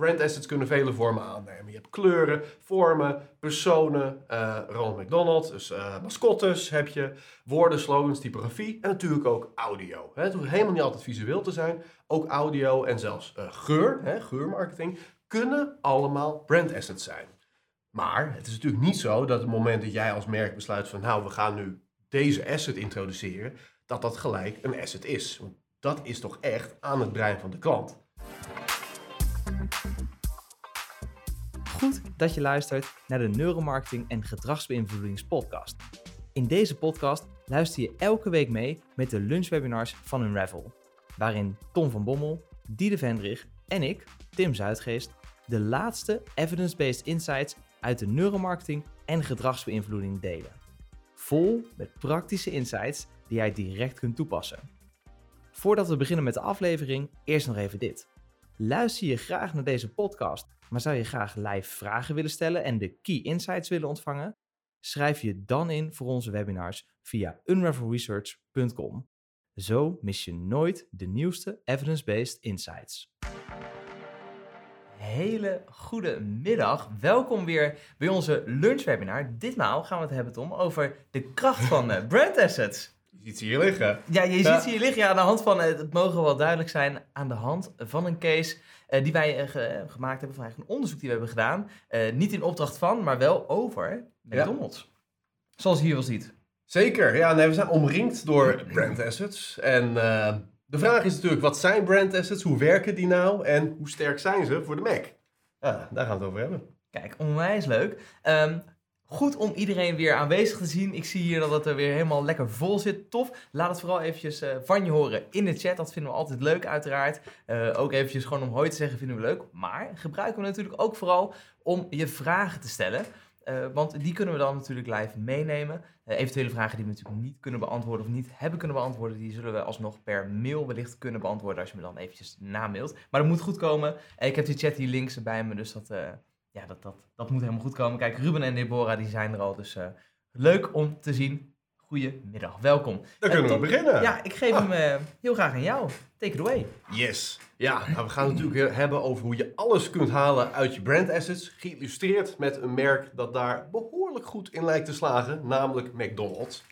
brand assets kunnen vele vormen aannemen. Je hebt kleuren, vormen, personen, Ronald McDonald, dus mascottes heb je, woorden, slogans, typografie en natuurlijk ook audio. Het hoeft helemaal niet altijd visueel te zijn, ook audio en zelfs geur, geurmarketing, kunnen allemaal brand assets zijn. Maar het is natuurlijk niet zo dat op het moment dat jij als merk besluit van nou, we gaan nu deze asset introduceren, dat gelijk een asset is. Want dat is toch echt aan het brein van de klant. Goed dat je luistert naar de Neuromarketing en Gedragsbeïnvloedingspodcast. In deze podcast luister je elke week mee met de lunchwebinars van Unravel, waarin Tom van Bommel, Diede Vendrich en ik, Tim Zuidgeest, de laatste evidence-based insights uit de neuromarketing en gedragsbeïnvloeding delen. Vol met praktische insights die jij direct kunt toepassen. Voordat we beginnen met de aflevering, eerst nog even dit. Luister je graag naar deze podcast, maar zou je graag live vragen willen stellen en de key insights willen ontvangen? Schrijf je dan in voor onze webinars via unravelresearch.com. Zo mis je nooit de nieuwste evidence-based insights. Hele goede middag. Welkom weer bij onze lunchwebinar. Ditmaal gaan we het hebben, Tom, over de kracht van brand assets. Je ziet ze hier liggen. Ja, je ziet ze hier liggen. Ja, aan de hand van, het mogen wel duidelijk zijn, aan de hand van een case die wij gemaakt hebben, van eigenlijk een onderzoek die we hebben gedaan. Niet in opdracht van, maar wel over McDonald's. Ja. Zoals je hier wel ziet. Zeker. Ja, nee, we zijn omringd door brand assets. En de vraag is natuurlijk, wat zijn brand assets? Hoe werken die nou? En hoe sterk zijn ze voor de Mac? Ja, daar gaan we het over hebben. Kijk, onwijs leuk. Goed om iedereen weer aanwezig te zien. Ik zie hier dat het er weer helemaal lekker vol zit. Tof. Laat het vooral eventjes van je horen in de chat. Dat vinden we altijd leuk uiteraard. Ook eventjes gewoon om hoi te zeggen vinden we leuk. Maar gebruiken we natuurlijk ook vooral om je vragen te stellen. Want die kunnen we dan natuurlijk live meenemen. Eventuele vragen die we natuurlijk niet kunnen beantwoorden of niet hebben kunnen beantwoorden, die zullen we alsnog per mail wellicht kunnen beantwoorden als je me dan eventjes namailt. Maar dat moet goed komen. Ik heb die chat hier links bij me, dus dat moet helemaal goed komen. Kijk, Ruben en Deborah die zijn er al, dus leuk om te zien. Goedemiddag, welkom. Dan kunnen we beginnen. Ja, ik geef hem heel graag aan jou. Take it away. Yes. Ja, nou, we gaan het natuurlijk hebben over hoe je alles kunt halen uit je brand assets. Geïllustreerd met een merk dat daar behoorlijk goed in lijkt te slagen, namelijk McDonald's.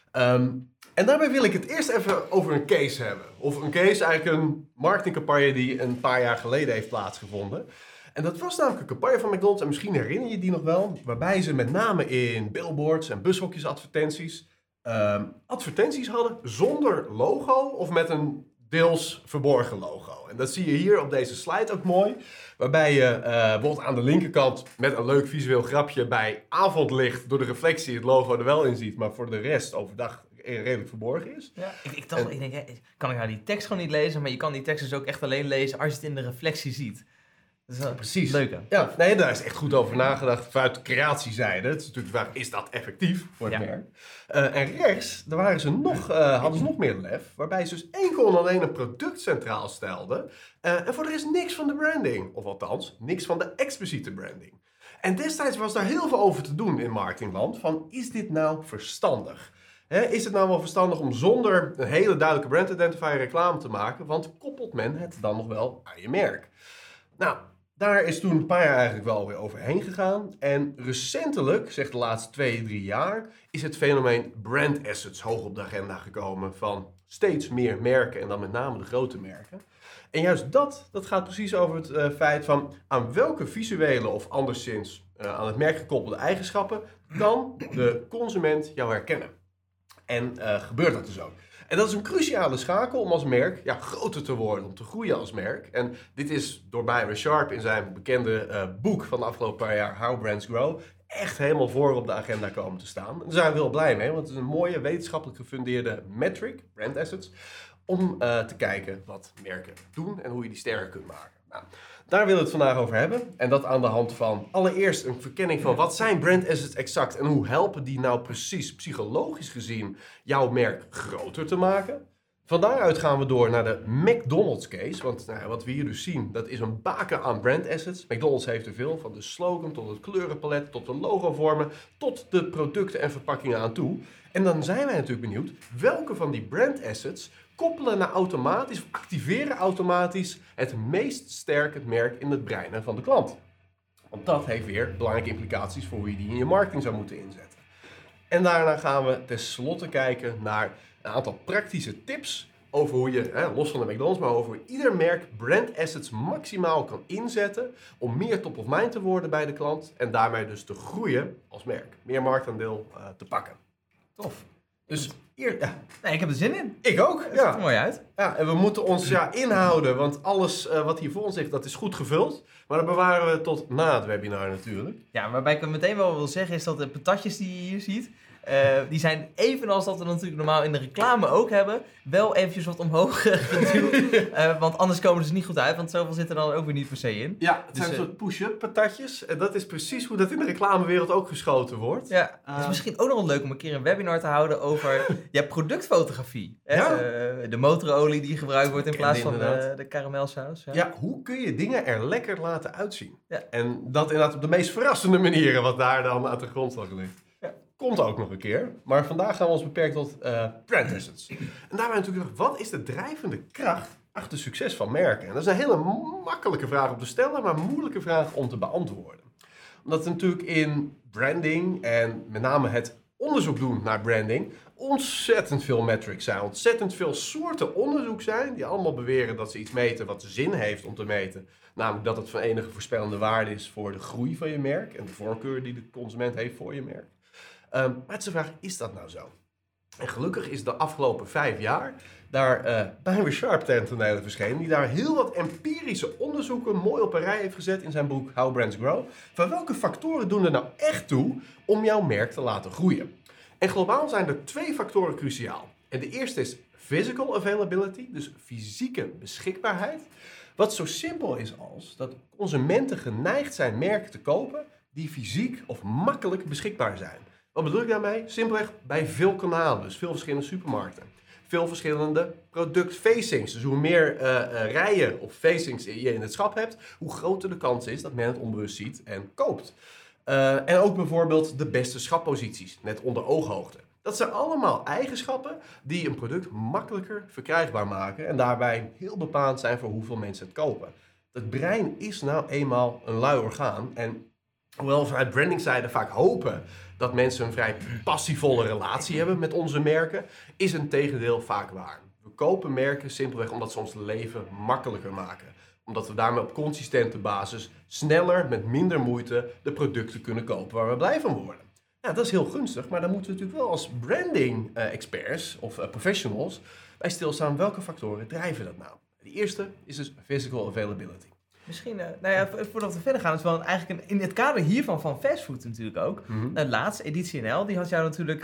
En daarbij wil ik het eerst even over een case hebben. Of een case, eigenlijk een marketingcampagne die een paar jaar geleden heeft plaatsgevonden. En dat was namelijk een campagne van McDonald's, en misschien herinner je die nog wel, waarbij ze met name in billboards en bushokjesadvertenties advertenties hadden zonder logo of met een deels verborgen logo. En dat zie je hier op deze slide ook mooi, waarbij je bijvoorbeeld aan de linkerkant met een leuk visueel grapje bij avondlicht door de reflectie het logo er wel in ziet, maar voor de rest overdag redelijk verborgen is. Ja, ik denk, kan ik nou die tekst gewoon niet lezen, maar je kan die tekst dus ook echt alleen lezen als je het in de reflectie ziet. Precies. Leuk, hè? Ja, nee, daar is echt goed over nagedacht vanuit de creatiezijde. Het is natuurlijk de vraag, is dat effectief voor het merk? En rechts, daar hadden ze nog meer lef, waarbij ze dus enkel en alleen een product centraal stelden. En voor de rest niks van de branding. Of althans, niks van de expliciete branding. En destijds was daar heel veel over te doen in marketingland. Van, is dit nou verstandig? Is het nou wel verstandig om zonder een hele duidelijke brand identifier reclame te maken? Want koppelt men het dan nog wel aan je merk? Nou, daar is toen een paar jaar eigenlijk wel weer overheen gegaan. En recentelijk, zeg de laatste 2-3 jaar, is het fenomeen brand assets hoog op de agenda gekomen van steeds meer merken en dan met name de grote merken. En juist dat gaat precies over het feit van aan welke visuele of anderszins aan het merk gekoppelde eigenschappen kan de consument jou herkennen. En gebeurt dat dus ook. En dat is een cruciale schakel om als merk groter te worden, om te groeien als merk. En dit is door Byron Sharp in zijn bekende boek van de afgelopen paar jaar, How Brands Grow, echt helemaal voor op de agenda komen te staan. En daar zijn we heel blij mee, want het is een mooie wetenschappelijk gefundeerde metric, brand assets, om te kijken wat merken doen en hoe je die sterker kunt maken. Nou, daar willen we het vandaag over hebben. En dat aan de hand van allereerst een verkenning van wat zijn brand assets exact en hoe helpen die nou precies psychologisch gezien jouw merk groter te maken. Van daaruit gaan we door naar de McDonald's case. Want wat we hier dus zien, dat is een baken aan brand assets. McDonald's heeft er veel, van de slogan tot het kleurenpalet, tot de logovormen, tot de producten en verpakkingen aan toe. En dan zijn wij natuurlijk benieuwd, welke van die brand assets koppelen naar automatisch, of activeren automatisch het meest sterke merk in het brein van de klant. Want dat heeft weer belangrijke implicaties voor hoe je die in je marketing zou moeten inzetten. En daarna gaan we tenslotte kijken naar een aantal praktische tips over hoe je, los van de McDonald's, maar over hoe ieder merk brand assets maximaal kan inzetten om meer top of mind te worden bij de klant en daarmee dus te groeien als merk. Meer marktaandeel te pakken. Tof. Dus Nee, ik heb er zin in. ik ook. Het ziet er mooi uit. Ja, en we moeten ons inhouden, want alles wat hier voor ons ligt, dat is goed gevuld. Maar dat bewaren we tot na het webinar natuurlijk. Ja, waarbij ik meteen wel wil zeggen is dat de patatjes die je hier ziet, die zijn evenals dat we natuurlijk normaal in de reclame ook hebben, wel eventjes wat omhoog geduwd. Want anders komen ze niet goed uit, want zoveel zit er dan ook weer niet per se in. Ja, het zijn een soort push-up patatjes. En dat is precies hoe dat in de reclamewereld ook geschoten wordt. Ja, het is misschien ook nog wel leuk om een keer een webinar te houden over productfotografie. Ja. De motorolie die gebruikt wordt in plaats van inderdaad. de karamelsaus. Ja, hoe kun je dingen er lekker laten uitzien? Ja. En dat inderdaad op de meest verrassende manieren wat daar dan uit de grondslag ligt. Ja. Komt ook nog een keer. Maar vandaag gaan we ons beperken tot brand assets. En daarbij natuurlijk, wat is de drijvende kracht achter succes van merken? En dat is een hele makkelijke vraag om te stellen, maar een moeilijke vraag om te beantwoorden. Omdat er natuurlijk in branding en met name het onderzoek doen naar branding ontzettend veel metrics zijn. Ontzettend veel soorten onderzoek zijn die allemaal beweren dat ze iets meten wat zin heeft om te meten. Namelijk dat het van enige voorspellende waarde is voor de groei van je merk en de voorkeur die de consument heeft voor je merk. Maar het is de vraag, is dat nou zo? En gelukkig is de afgelopen 5 jaar daar Byron Sharp ten tonele verschenen, die daar heel wat empirische onderzoeken mooi op een rij heeft gezet in zijn boek How Brands Grow. Van welke factoren doen er nou echt toe om jouw merk te laten groeien? En globaal zijn er 2 factoren cruciaal. En de eerste is physical availability, dus fysieke beschikbaarheid. Wat zo simpel is als dat consumenten geneigd zijn merken te kopen die fysiek of makkelijk beschikbaar zijn. Wat bedoel ik daarmee? Simpelweg bij veel kanalen, dus veel verschillende supermarkten. Veel verschillende product-facings. Dus hoe meer rijen of facings je in het schap hebt, hoe groter de kans is dat men het onbewust ziet en koopt. En ook bijvoorbeeld de beste schapposities, net onder ooghoogte. Dat zijn allemaal eigenschappen die een product makkelijker verkrijgbaar maken en daarbij heel bepalend zijn voor hoeveel mensen het kopen. Het brein is nou eenmaal een lui orgaan en hoewel we vanuit brandingzijde vaak hopen dat mensen een vrij passievolle relatie hebben met onze merken, is een tegendeel vaak waar. We kopen merken simpelweg omdat ze ons leven makkelijker maken. Omdat we daarmee op consistente basis sneller, met minder moeite, de producten kunnen kopen waar we blij van worden. Ja, dat is heel gunstig, maar dan moeten we natuurlijk wel als branding experts of professionals bij stilstaan welke factoren drijven dat nou. De eerste is dus physical availability. Misschien, voordat we verder gaan, is wel eigenlijk in het kader hiervan van fastfood natuurlijk ook. Laatst, Editie NL, die had jou natuurlijk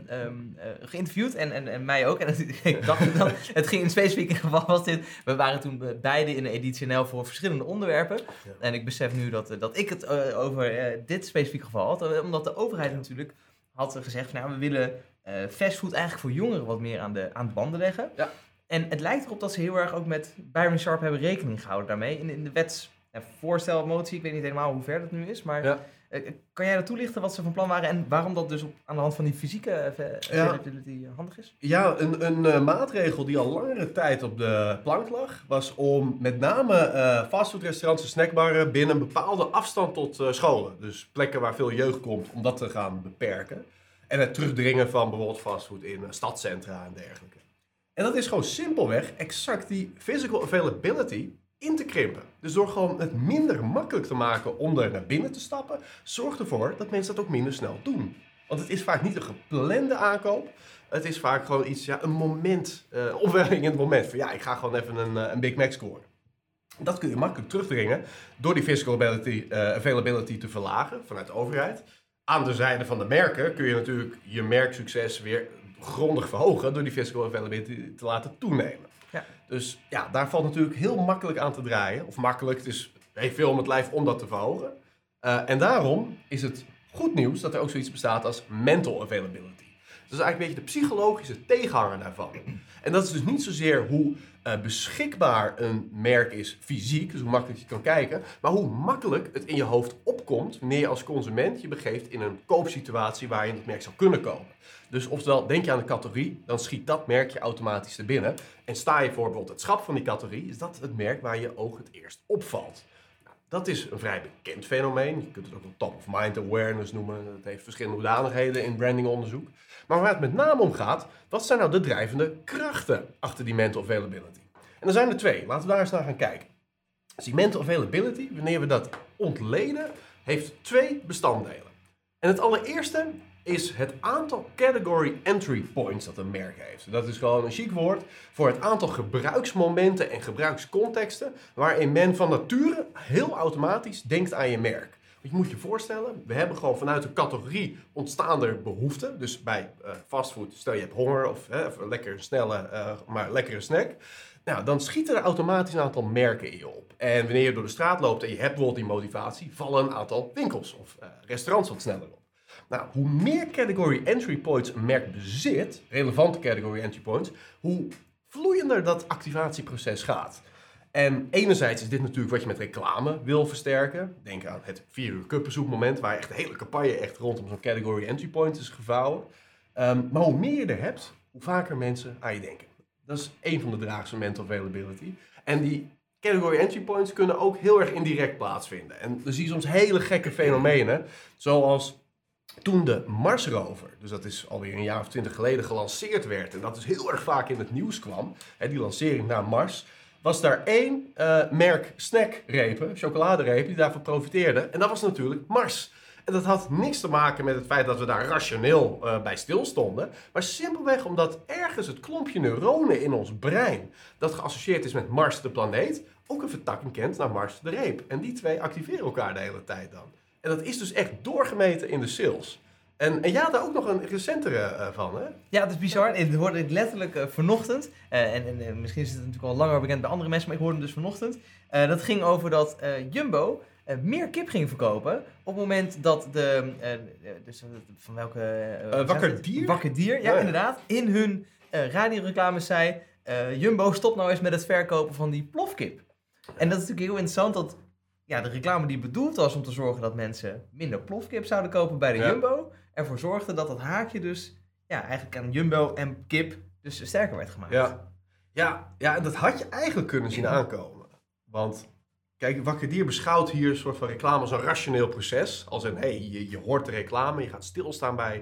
geïnterviewd en mij ook. En ik dacht dan, het ging in specifiek geval was dit. We waren toen beide in Editie NL voor verschillende onderwerpen. Ja. En ik besef nu dat ik het over dit specifieke geval had. Omdat de overheid natuurlijk had gezegd, nou, we willen fastfood eigenlijk voor jongeren wat meer aan de banden leggen. Ja. En het lijkt erop dat ze heel erg ook met Byron Sharp hebben rekening gehouden daarmee. In de wetsvoorstelmotie, ik weet niet helemaal hoe ver dat nu is, maar kan jij dat toelichten wat ze van plan waren en waarom dat dus aan de hand van die fysieke availability handig is? Ja, een maatregel die al langere tijd op de plank lag, was om met name fastfoodrestaurants en snackbarren binnen een bepaalde afstand tot scholen. Dus plekken waar veel jeugd komt, om dat te gaan beperken. En het terugdringen van bijvoorbeeld fastfood in stadcentra en dergelijke. En dat is gewoon simpelweg exact die physical availability in te krimpen. Dus door gewoon het minder makkelijk te maken om er naar binnen te stappen, zorgt ervoor dat mensen dat ook minder snel doen. Want het is vaak niet een geplande aankoop. Het is vaak gewoon iets, een moment, opwelling in het moment. Van ik ga gewoon even een Big Mac scoren. Dat kun je makkelijk terugdringen door die physical availability te verlagen vanuit de overheid. Aan de zijde van de merken kun je natuurlijk je merksucces weer grondig verhogen door die physical availability te laten toenemen. Ja. Dus daar valt natuurlijk heel makkelijk aan te draaien. Of makkelijk, het is veel om het lijf om dat te verhogen. En daarom is het goed nieuws dat er ook zoiets bestaat als mental availability. Dat is eigenlijk een beetje de psychologische tegenhanger daarvan. En dat is dus niet zozeer hoe beschikbaar een merk is fysiek, dus hoe makkelijk je kan kijken, maar hoe makkelijk het in je hoofd opkomt wanneer je als consument je begeeft in een koopsituatie waar je het merk zou kunnen kopen. Dus oftewel, denk je aan de categorie, dan schiet dat merkje automatisch er binnen. En sta je voor bijvoorbeeld het schap van die categorie, is dat het merk waar je oog het eerst opvalt. Nou, dat is een vrij bekend fenomeen. Je kunt het ook wel top-of-mind awareness noemen. Dat heeft verschillende hoedanigheden in brandingonderzoek. Maar waar het met name om gaat, wat zijn nou de drijvende krachten achter die mental availability? En er zijn er 2. Laten we daar eens naar gaan kijken. Dus die mental availability, wanneer we dat ontleden, heeft 2 bestanddelen. En het allereerste is het aantal category entry points dat een merk heeft. Dat is gewoon een chic woord voor het aantal gebruiksmomenten en gebruikscontexten waarin men van nature heel automatisch denkt aan je merk. Want je moet je voorstellen, we hebben gewoon vanuit de categorie ontstaan er behoeften. Dus bij fastfood, stel je hebt honger of een lekker snelle, maar lekkere snack. Nou, dan schieten er automatisch een aantal merken in je op. En wanneer je door de straat loopt en je hebt bijvoorbeeld die motivatie, vallen een aantal winkels of restaurants wat sneller op. Nou, hoe meer category entry points een merk bezit, relevante category entry points, hoe vloeiender dat activatieproces gaat. En enerzijds is dit natuurlijk wat je met reclame wil versterken. Denk aan het 4 uur kuppensoepmoment, waar echt de hele campagne echt rondom zo'n category entry point is gevouwen. Maar hoe meer je er hebt, hoe vaker mensen aan je denken. Dat is één van de dragers van mental availability. En die category entry points kunnen ook heel erg indirect plaatsvinden. En dan zie je soms hele gekke fenomenen, zoals toen de Mars rover, dus dat is alweer een jaar of 20 geleden gelanceerd werd, en dat dus heel erg vaak in het nieuws kwam, die lancering naar Mars, was daar 1 merk snackrepen, chocoladerepen, die daarvan profiteerde. En dat was natuurlijk Mars. En dat had niks te maken met het feit dat we daar rationeel bij stilstonden, maar simpelweg omdat ergens het klompje neuronen in ons brein, dat geassocieerd is met Mars de planeet, ook een vertakking kent naar Mars de reep. En die 2 activeren elkaar de hele tijd dan. En dat is dus echt doorgemeten in de sales. En jij had daar ook nog een recentere van, hè? Ja, dat is bizar. Dat hoorde ik letterlijk vanochtend. En misschien is het natuurlijk al langer bekend bij andere mensen, maar ik hoorde hem dus vanochtend. Dat ging over dat Jumbo meer kip ging verkopen op het moment dat van welke... Wakker Dier? Wakker Dier, ja, inderdaad. In hun radioreclames zei, Jumbo stop nou eens met het verkopen van die plofkip. En dat is natuurlijk heel interessant dat de reclame die bedoeld was om te zorgen dat mensen minder plofkip zouden kopen bij de Jumbo, ervoor zorgde dat het haakje dus eigenlijk aan Jumbo en kip dus sterker werd gemaakt. Ja, en dat had je eigenlijk kunnen zien aankomen. Want kijk, Wakker Dier beschouwt hier een soort van reclame als een rationeel proces. Als een, je hoort de reclame, je gaat stilstaan bij,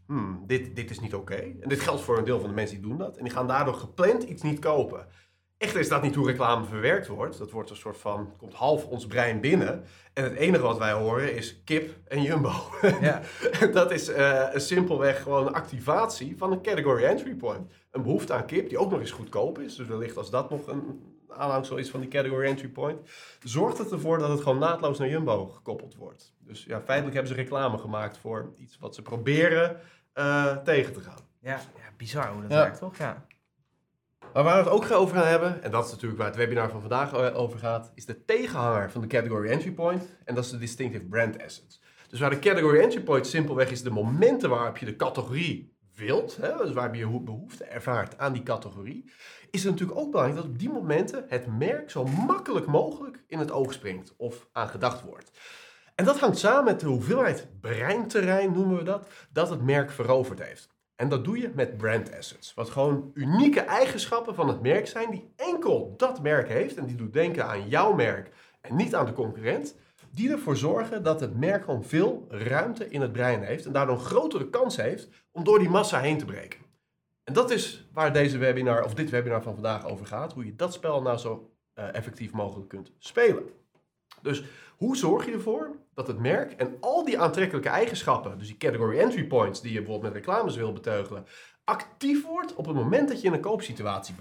dit is niet oké. En dit geldt voor een deel van de mensen die doen dat. En die gaan daardoor gepland iets niet kopen. Echter is dat niet hoe reclame verwerkt wordt. Dat wordt een soort van, komt half ons brein binnen. En het enige wat wij horen is kip en Jumbo. Ja. Dat is simpelweg gewoon een activatie van een category entry point. Een behoefte aan kip die ook nog eens goedkoop is. Dus wellicht als dat nog een aanhangsel is van die category entry point, zorgt het ervoor dat het gewoon naadloos naar Jumbo gekoppeld wordt. Dus feitelijk hebben ze reclame gemaakt voor iets wat ze proberen tegen te gaan. Ja, bizar hoe dat werkt, toch? Ja. Maar waar we het ook over gaan hebben, en dat is natuurlijk waar het webinar van vandaag over gaat, is de tegenhanger van de category entry point. En dat is de distinctive brand assets. Dus waar de category entry point simpelweg is de momenten waarop je de categorie wilt, dus waar je behoefte ervaart aan die categorie, is het natuurlijk ook belangrijk dat op die momenten het merk zo makkelijk mogelijk in het oog springt of aan gedacht wordt. En dat hangt samen met de hoeveelheid breinterrein, noemen we dat het merk veroverd heeft. En dat doe je met brand assets. Wat gewoon unieke eigenschappen van het merk zijn die enkel dat merk heeft. En die doet denken aan jouw merk en niet aan de concurrent. Die ervoor zorgen dat het merk gewoon veel ruimte in het brein heeft. En daardoor een grotere kans heeft om door die massa heen te breken. En dat is waar dit webinar van vandaag over gaat. Hoe je dat spel nou zo effectief mogelijk kunt spelen. Dus hoe zorg je ervoor dat het merk en al die aantrekkelijke eigenschappen, dus die category entry points die je bijvoorbeeld met reclames wil beteugelen, actief wordt op het moment dat je in een koopsituatie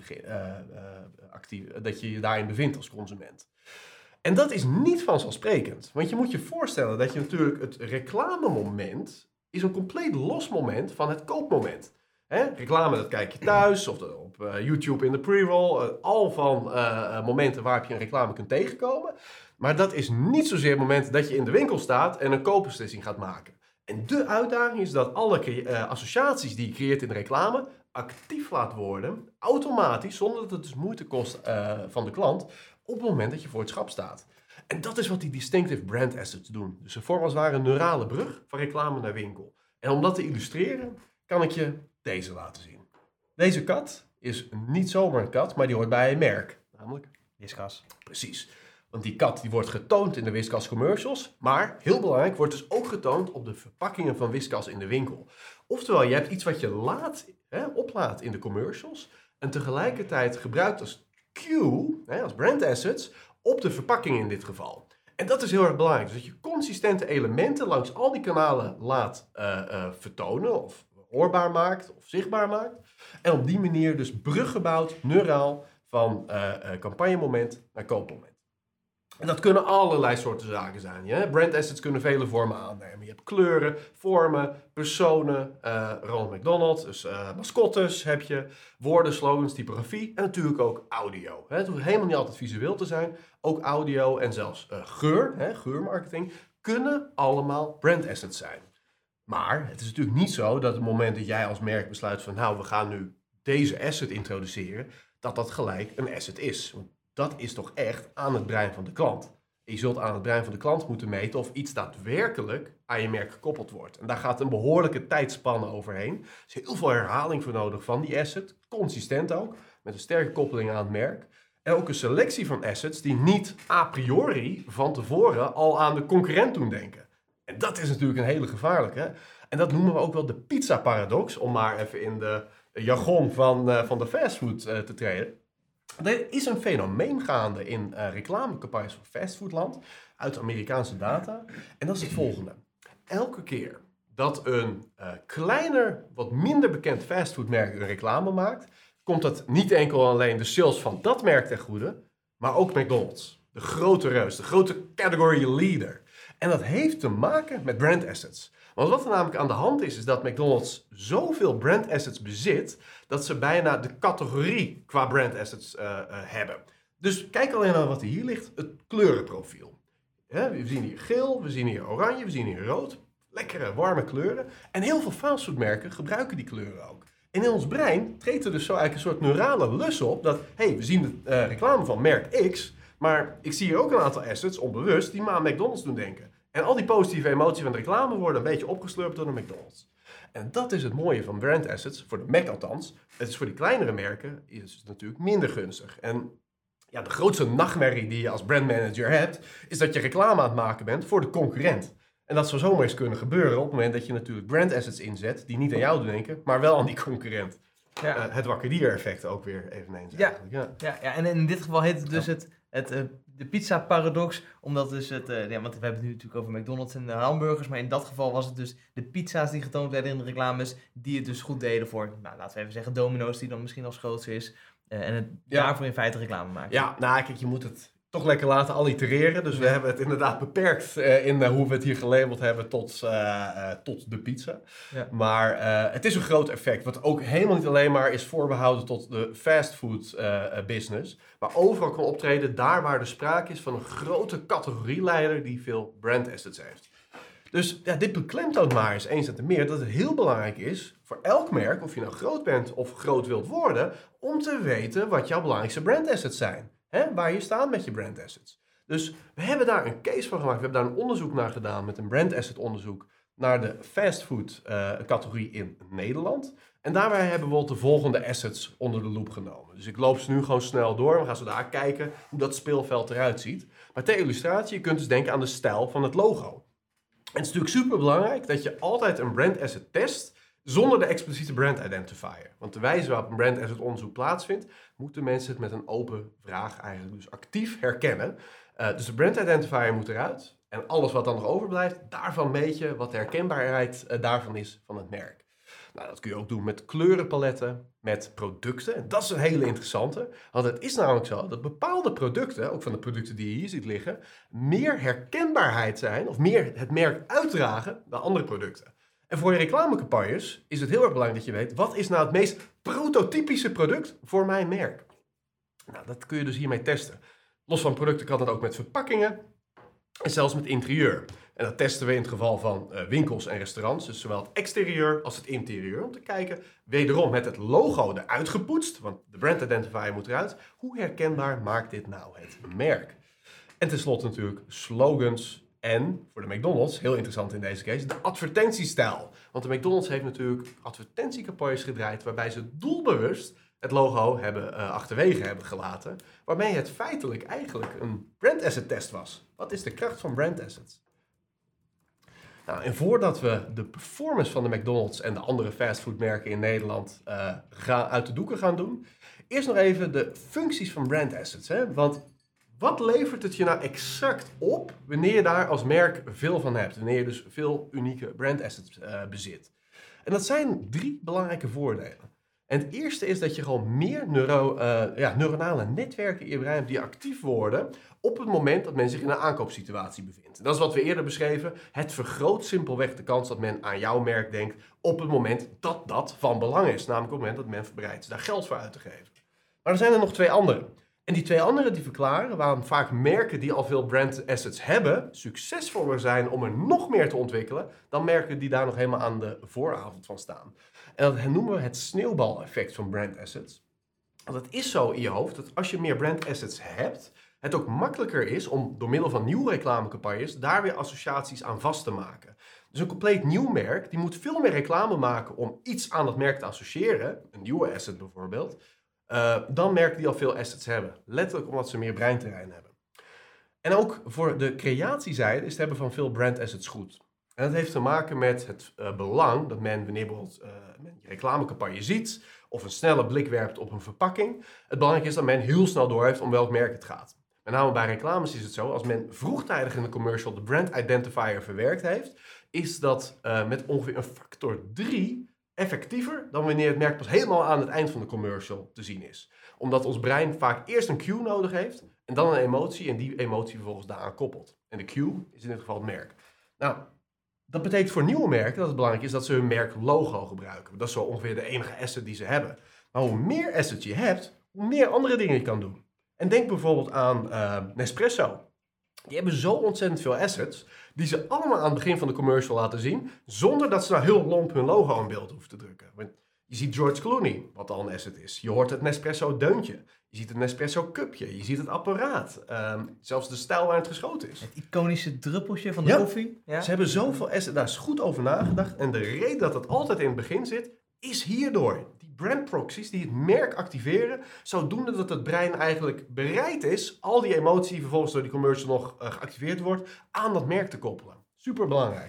dat je je daarin bevindt als consument. En dat is niet vanzelfsprekend. Want je moet je voorstellen dat je natuurlijk het reclamemoment is een compleet los moment van het koopmoment. Reclame, dat kijk je thuis of op YouTube in de pre-roll. Al van momenten waarop je een reclame kunt tegenkomen. Maar dat is niet zozeer het moment dat je in de winkel staat en een koopbeslissing gaat maken. En de uitdaging is dat alle associaties die je creëert in de reclame actief laat worden, automatisch, zonder dat het dus moeite kost van de klant, op het moment dat je voor het schap staat. En dat is wat die distinctive brand assets doen. Dus ze vormen als het ware een neurale brug van reclame naar winkel. En om dat te illustreren, kan ik je deze laten zien. Deze kat is niet zomaar een kat, maar die hoort bij een merk. Namelijk Whiskas. Precies. Want die kat die wordt getoond in de Whiskas commercials. Maar, heel belangrijk, wordt dus ook getoond op de verpakkingen van Whiskas in de winkel. Oftewel, je hebt iets wat je oplaat in de commercials. En tegelijkertijd gebruikt als cue, als brand assets, op de verpakking in dit geval. En dat is heel erg belangrijk. Dus dat je consistente elementen langs al die kanalen laat vertonen of hoorbaar maakt of zichtbaar maakt. En op die manier dus bruggen bouwt, neuraal, van campagnemoment naar koopmoment. En dat kunnen allerlei soorten zaken zijn. Brand assets kunnen vele vormen aannemen. Je hebt kleuren, vormen, personen, Ronald McDonald, dus mascottes heb je, woorden, slogans, typografie en natuurlijk ook audio. Het hoeft helemaal niet altijd visueel te zijn. Ook audio en zelfs geurmarketing kunnen allemaal brand assets zijn. Maar het is natuurlijk niet zo dat op het moment dat jij als merk besluit van nou, we gaan nu deze asset introduceren, dat gelijk een asset is. Want dat is toch echt aan het brein van de klant. Je zult aan het brein van de klant moeten meten of iets daadwerkelijk aan je merk gekoppeld wordt. En daar gaat een behoorlijke tijdspanne overheen. Er is heel veel herhaling voor nodig van die asset. Consistent ook, met een sterke koppeling aan het merk. En ook een selectie van assets die niet a priori van tevoren al aan de concurrent doen denken. En dat is natuurlijk een hele gevaarlijke. En dat noemen we ook wel de pizza-paradox, om maar even in de jargon van de fastfood te treden. Er is een fenomeen gaande in reclamecampagnes van fastfoodland uit Amerikaanse data. En dat is het volgende. Elke keer dat een kleiner, wat minder bekend fastfoodmerk een reclame maakt, komt dat niet enkel alleen de sales van dat merk ten goede, maar ook McDonald's. De grote reus, de grote category leader. En dat heeft te maken met brand assets. Want wat er namelijk aan de hand is dat McDonald's zoveel brand assets bezit, dat ze bijna de categorie qua brand assets hebben. Dus kijk alleen naar wat er hier ligt, het kleurenprofiel. We zien hier geel, we zien hier oranje, we zien hier rood. Lekkere, warme kleuren. En heel veel fastfoodmerken gebruiken die kleuren ook. En in ons brein treedt er dus zo eigenlijk een soort neurale lus op dat, we zien de reclame van merk X, maar ik zie hier ook een aantal assets, onbewust, die me aan McDonald's doen denken. En al die positieve emoties van de reclame worden een beetje opgeslurpt door de McDonald's. En dat is het mooie van brand assets, voor de Mac althans. Het is voor die kleinere merken is het natuurlijk minder gunstig. En ja, de grootste nachtmerrie die je als brandmanager hebt, is dat je reclame aan het maken bent voor de concurrent. En dat zou zomaar eens kunnen gebeuren op het moment dat je natuurlijk brand assets inzet die niet aan jou denken, maar wel aan die concurrent. Ja. Het wakker dier effect ook weer eveneens. Ja, en in dit geval heet het dus de pizza paradox, omdat dus want we hebben het nu natuurlijk over McDonald's en de hamburgers, maar in dat geval was het dus de pizza's die getoond werden in de reclames, die het dus goed deden voor, laten we even zeggen, Domino's, die dan misschien als grootste is, en het daarvoor in feite reclame maken. Ja, kijk, je moet het toch lekker laten allitereren, dus we hebben het inderdaad beperkt in hoe we het hier gelabeld hebben tot de pizza. Ja. Maar het is een groot effect, wat ook helemaal niet alleen maar is voorbehouden tot de fastfood business, maar overal kan optreden daar waar er sprake is van een grote categorieleider die veel brand assets heeft. Dus dit beklemtoont maar eens en te meer dat het heel belangrijk is voor elk merk, of je nou groot bent of groot wilt worden, om te weten wat jouw belangrijkste brand assets zijn. Waar je staat met je brand assets. Dus we hebben daar een case van gemaakt. We hebben daar een onderzoek naar gedaan met een brand asset onderzoek naar de fastfood categorie in Nederland. En daarbij hebben we bijvoorbeeld de volgende assets onder de loep genomen. Dus ik loop ze nu gewoon snel door. We gaan zo daar kijken hoe dat speelveld eruit ziet. Maar ter illustratie, je kunt dus denken aan de stijl van het logo. En het is natuurlijk super belangrijk dat je altijd een brand asset test zonder de expliciete brand identifier. Want de wijze waarop een brand asset onderzoek plaatsvindt, moeten mensen het met een open vraag eigenlijk dus actief herkennen. Dus de brand identifier moet eruit. En alles wat dan nog overblijft, daarvan meet je wat de herkenbaarheid daarvan is van het merk. Nou, dat kun je ook doen met kleurenpaletten, met producten. En dat is een hele interessante. Want het is namelijk zo dat bepaalde producten, ook van de producten die je hier ziet liggen, meer herkenbaarheid zijn of meer het merk uitdragen dan andere producten. En voor je reclamecampagnes is het heel erg belangrijk dat je weet, wat is nou het meest prototypische product voor mijn merk? Nou, dat kun je dus hiermee testen. Los van producten kan dat ook met verpakkingen en zelfs met interieur. En dat testen we in het geval van winkels en restaurants. Dus zowel het exterieur als het interieur. Om te kijken, wederom met het logo eruit gepoetst. Want de brand identifier moet eruit. Hoe herkenbaar maakt dit nou het merk? En tenslotte natuurlijk slogans en, voor de McDonald's, heel interessant in deze case, de advertentiestijl. Want de McDonald's heeft natuurlijk advertentiecampagnes gedraaid waarbij ze doelbewust het logo achterwege hebben gelaten. Waarmee het feitelijk eigenlijk een brand asset test was. Wat is de kracht van brand assets? Nou, en voordat we de performance van de McDonald's en de andere fastfoodmerken in Nederland uit de doeken gaan doen, eerst nog even de functies van brand assets. Hè? Want wat levert het je nou exact op wanneer je daar als merk veel van hebt? Wanneer je dus veel unieke brand assets bezit. En dat zijn 3 belangrijke voordelen. En het eerste is dat je gewoon meer neuronale netwerken in je brein hebt die actief worden op het moment dat men zich in een aankoopsituatie bevindt. En dat is wat we eerder beschreven. Het vergroot simpelweg de kans dat men aan jouw merk denkt op het moment dat dat van belang is. Namelijk op het moment dat men bereid is daar geld voor uit te geven. Maar er zijn er nog 2 andere. En die 2 andere die verklaren waarom vaak merken die al veel brand assets hebben succesvoller zijn om er nog meer te ontwikkelen dan merken die daar nog helemaal aan de vooravond van staan. En dat noemen we het sneeuwbaleffect van brand assets. Want het is zo in je hoofd dat als je meer brand assets hebt, het ook makkelijker is om door middel van nieuwe reclamecampagnes daar weer associaties aan vast te maken. Dus een compleet nieuw merk die moet veel meer reclame maken om iets aan dat merk te associëren, een nieuwe asset bijvoorbeeld, dan merken die al veel assets hebben. Letterlijk omdat ze meer breinterrein hebben. En ook voor de creatiezijde is het hebben van veel brand assets goed. En dat heeft te maken met het belang dat men, wanneer bijvoorbeeld men je reclamecampagne ziet of een snelle blik werpt op een verpakking, het belangrijk is dat men heel snel doorheeft om welk merk het gaat. Met name bij reclames is het zo, als men vroegtijdig in de commercial de brand identifier verwerkt heeft, is dat met ongeveer een factor 3 effectiever dan wanneer het merk pas helemaal aan het eind van de commercial te zien is. Omdat ons brein vaak eerst een cue nodig heeft en dan een emotie en die emotie vervolgens daaraan koppelt. En de cue is in dit geval het merk. Nou, dat betekent voor nieuwe merken dat het belangrijk is dat ze hun merklogo gebruiken. Dat is zo ongeveer de enige asset die ze hebben. Maar hoe meer assets je hebt, hoe meer andere dingen je kan doen. En denk bijvoorbeeld aan Nespresso. Die hebben zo ontzettend veel assets die ze allemaal aan het begin van de commercial laten zien, zonder dat ze nou heel lomp hun logo in beeld hoeven te drukken. Want je ziet George Clooney, wat al een asset is. Je hoort het Nespresso deuntje. Je ziet het Nespresso cupje. Je ziet het apparaat. Zelfs de stijl waar het geschoten is. Het iconische druppeltje van de koffie. Ja. Ze hebben zoveel assets. Daar is goed over nagedacht. En de reden dat het altijd in het begin zit, is hierdoor. Die brand proxies die het merk activeren, zodoende dat het brein eigenlijk bereid is al die emotie die vervolgens door die commercial nog geactiveerd wordt, aan dat merk te koppelen. Super belangrijk.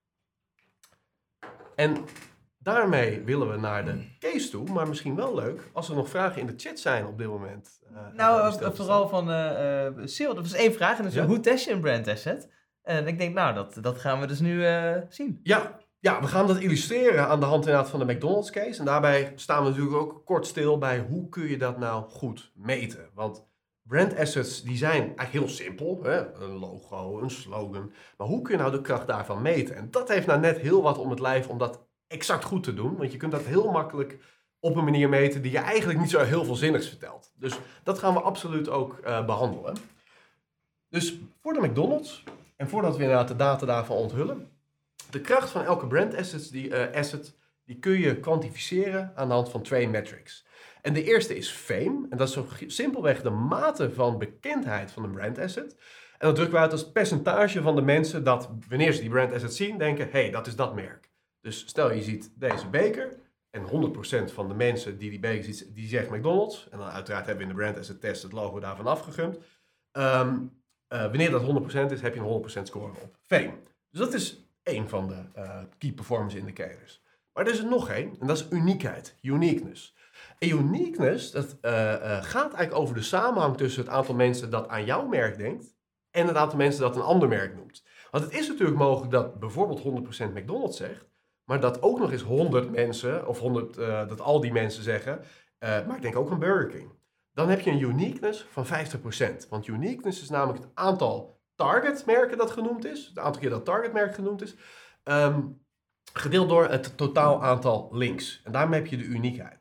En daarmee willen we naar de case toe, maar misschien wel leuk als er nog vragen in de chat zijn op dit moment. Vooral van Sil, dat was 1 vraag en dat is hoe test je een brand asset? En ik denk, dat gaan we dus nu zien. Ja, we gaan dat illustreren aan de hand inderdaad van de McDonald's case. En daarbij staan we natuurlijk ook kort stil bij hoe kun je dat nou goed meten. Want brand assets die zijn eigenlijk heel simpel. Hè? Een logo, een slogan. Maar hoe kun je nou de kracht daarvan meten? En dat heeft nou net heel wat om het lijf om dat exact goed te doen. Want je kunt dat heel makkelijk op een manier meten die je eigenlijk niet zo heel veel zinnigs vertelt. Dus dat gaan we absoluut ook behandelen. Dus voor de McDonald's, en voordat we inderdaad de data daarvan onthullen, de kracht van elke brand asset die kun je kwantificeren aan de hand van 2 metrics. En de eerste is fame. En dat is zo simpelweg de mate van bekendheid van een brand asset. En dat drukken we uit als het percentage van de mensen dat wanneer ze die brand asset zien, denken, hey, dat is dat merk. Dus stel je ziet deze beker en 100% van de mensen die beker ziet, die zegt McDonald's. En dan uiteraard hebben we in de brand asset test het logo daarvan afgegumd. Wanneer dat 100% is, heb je een 100% score op fame. Dus dat is 1 van de key performance indicators. Maar er is er nog 1 en dat is uniekheid, uniqueness. En uniqueness, dat gaat eigenlijk over de samenhang tussen het aantal mensen dat aan jouw merk denkt en het aantal mensen dat een ander merk noemt. Want het is natuurlijk mogelijk dat bijvoorbeeld 100% McDonald's zegt, maar dat ook nog eens 100 mensen, of dat al die mensen zeggen, maar ik denk ook aan Burger King. Dan heb je een uniqueness van 50%. Want uniqueness is namelijk het aantal targetmerken dat genoemd is, het aantal keer dat targetmerk genoemd is, gedeeld door het totaal aantal links. En daarmee heb je de uniekheid.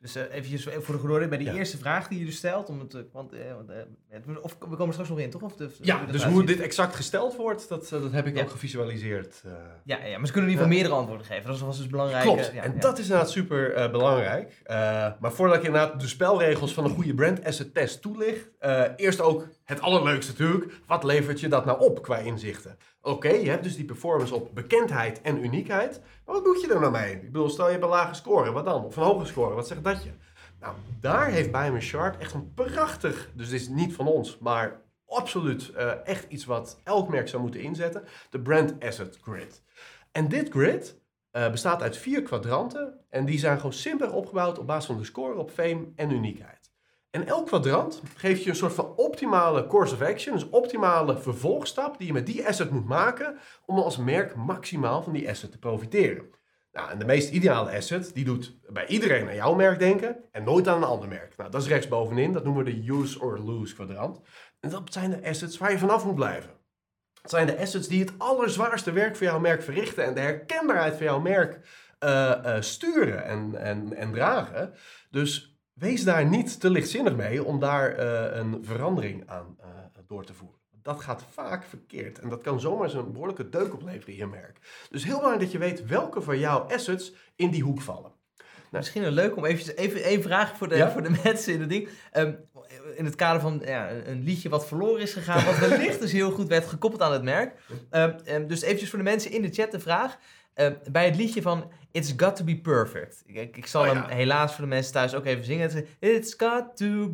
Dus eventjes voor de glorie bij die eerste vraag die je dus stelt. Of we komen straks nog in, toch? Dus hoe dit exact gesteld wordt, dat heb ik ook gevisualiseerd. Ja, maar ze kunnen in ieder geval meerdere antwoorden geven. Dat was dus belangrijk. Klopt, en dat is inderdaad super belangrijk. Maar voordat ik inderdaad de spelregels van een goede brand asset test toelicht, eerst ook het allerleukste natuurlijk. Wat levert je dat nou op qua inzichten? Oké, je hebt dus die performance op bekendheid en uniekheid. Maar wat moet je er nou mee? Ik bedoel, stel je hebt een lage score, wat dan? Of een hoge score, wat zegt dat je? Nou, daar heeft Byman Sharp echt een prachtig, dus dit is niet van ons, maar absoluut echt iets wat elk merk zou moeten inzetten. De Brand Asset Grid. En dit grid bestaat uit 4 kwadranten en die zijn gewoon simpelweg opgebouwd op basis van de score op fame en uniekheid. En elk kwadrant geeft je een soort van optimale course of action, dus optimale vervolgstap die je met die asset moet maken om als merk maximaal van die asset te profiteren. Nou, en de meest ideale asset, die doet bij iedereen aan jouw merk denken en nooit aan een ander merk. Nou, dat is rechtsbovenin, dat noemen we de use or lose kwadrant. En dat zijn de assets waar je vanaf moet blijven. Het zijn de assets die het allerzwaarste werk voor jouw merk verrichten en de herkenbaarheid van jouw merk sturen en dragen. Dus wees daar niet te lichtzinnig mee om daar een verandering aan door te voeren. Dat gaat vaak verkeerd en dat kan zomaar eens een behoorlijke deuk opleveren in je merk. Dus heel belangrijk dat je weet welke van jouw assets in die hoek vallen. Nou, misschien wel leuk om even één vraag voor de mensen in het ding. In het kader van een liedje wat verloren is gegaan, wat wellicht dus heel goed werd gekoppeld aan het merk. Dus eventjes voor de mensen in de chat de vraag. Bij het liedje van It's Got To Be Perfect. Ik zal hem helaas voor de mensen thuis ook even zingen. It's got to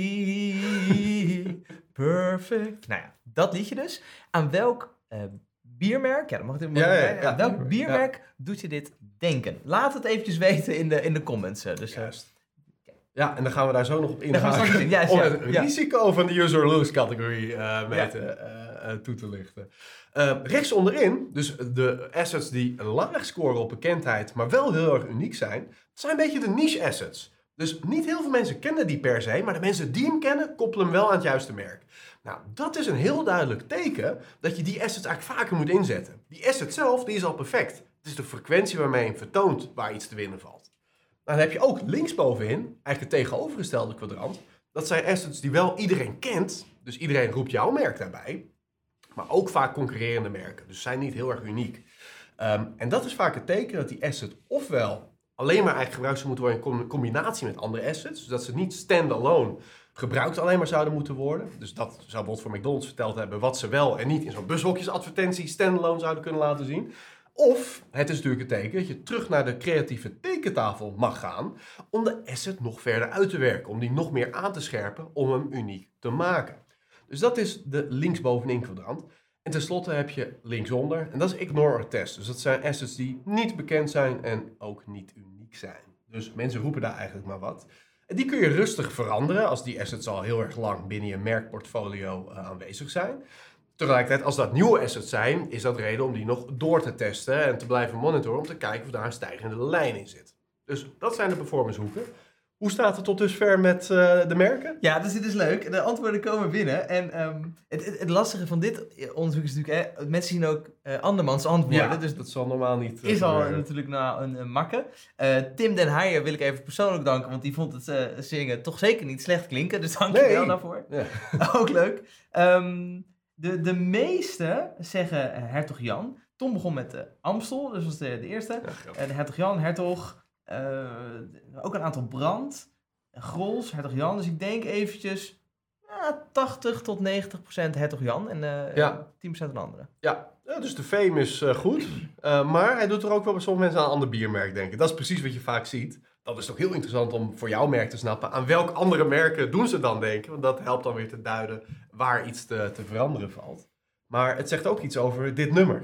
be perfect. Nou ja, dat liedje dus. Aan welk biermerk, dat mag ik aan welk biermerk doet je dit denken? Laat het eventjes weten in de comments. Dus, ja, en dan gaan we daar zo nog op ingaan om het risico van de use or lose categorie toe te lichten. Rechts onderin, dus de assets die een laag scoren op bekendheid, maar wel heel erg uniek zijn, zijn een beetje de niche assets. Dus niet heel veel mensen kennen die per se, maar de mensen die hem kennen, koppelen hem wel aan het juiste merk. Nou, dat is een heel duidelijk teken dat je die assets eigenlijk vaker moet inzetten. Die asset zelf, die is al perfect. Het is de frequentie waarmee je hem vertoont waar iets te winnen valt. Nou, dan heb je ook linksbovenin, eigenlijk het tegenovergestelde kwadrant. Dat zijn assets die wel iedereen kent, dus iedereen roept jouw merk daarbij. Maar ook vaak concurrerende merken, dus zijn niet heel erg uniek. En dat is vaak het teken dat die asset ofwel alleen maar eigenlijk gebruikt zou moeten worden in combinatie met andere assets. Dus dat ze niet stand-alone gebruikt alleen maar zouden moeten worden. Dus dat zou bijvoorbeeld voor McDonald's verteld hebben wat ze wel en niet in zo'n bushokjesadvertentie stand-alone zouden kunnen laten zien. Of, het is natuurlijk het teken dat je terug naar de creatieve tekentafel mag gaan om de asset nog verder uit te werken. Om die nog meer aan te scherpen om hem uniek te maken. Dus dat is de linksbovenin kwadrant. En tenslotte heb je linksonder, en dat is ignore or test. Dus dat zijn assets die niet bekend zijn en ook niet uniek zijn. Dus mensen roepen daar eigenlijk maar wat. En die kun je rustig veranderen als die assets al heel erg lang binnen je merkportfolio aanwezig zijn. Tegelijkertijd, als dat nieuwe assets zijn, is dat reden om die nog door te testen en te blijven monitoren om te kijken of daar een stijgende lijn in zit. Dus dat zijn de performance hoeken. Hoe staat het tot dusver met de merken? Ja, dus dit is leuk. De antwoorden komen binnen. En het lastige van dit onderzoek is natuurlijk, mensen zien ook andermans antwoorden. Ja, dus dat zal normaal niet is al natuurlijk een makke. Tim Den Heijer wil ik even persoonlijk danken, want die vond het zingen toch zeker niet slecht klinken. Dus dank je wel daarvoor. Ja. Ook leuk. De meeste zeggen Hertog Jan. Tom begon met Amstel, dus dat was de eerste. Ja, de Hertog Jan, Hertog... ook een aantal Brand, Grols, Hertog Jan. Dus ik denk eventjes 80 tot 90% Hertog Jan en 10% een andere. Ja, dus de fame is goed. Maar hij doet er ook wel bij sommige mensen aan een ander biermerk denken. Dat is precies wat je vaak ziet. Dat is toch heel interessant om voor jouw merk te snappen. Aan welk andere merken doen ze dan denken? Want dat helpt dan weer te duiden waar iets te veranderen valt. Maar het zegt ook iets over dit nummer.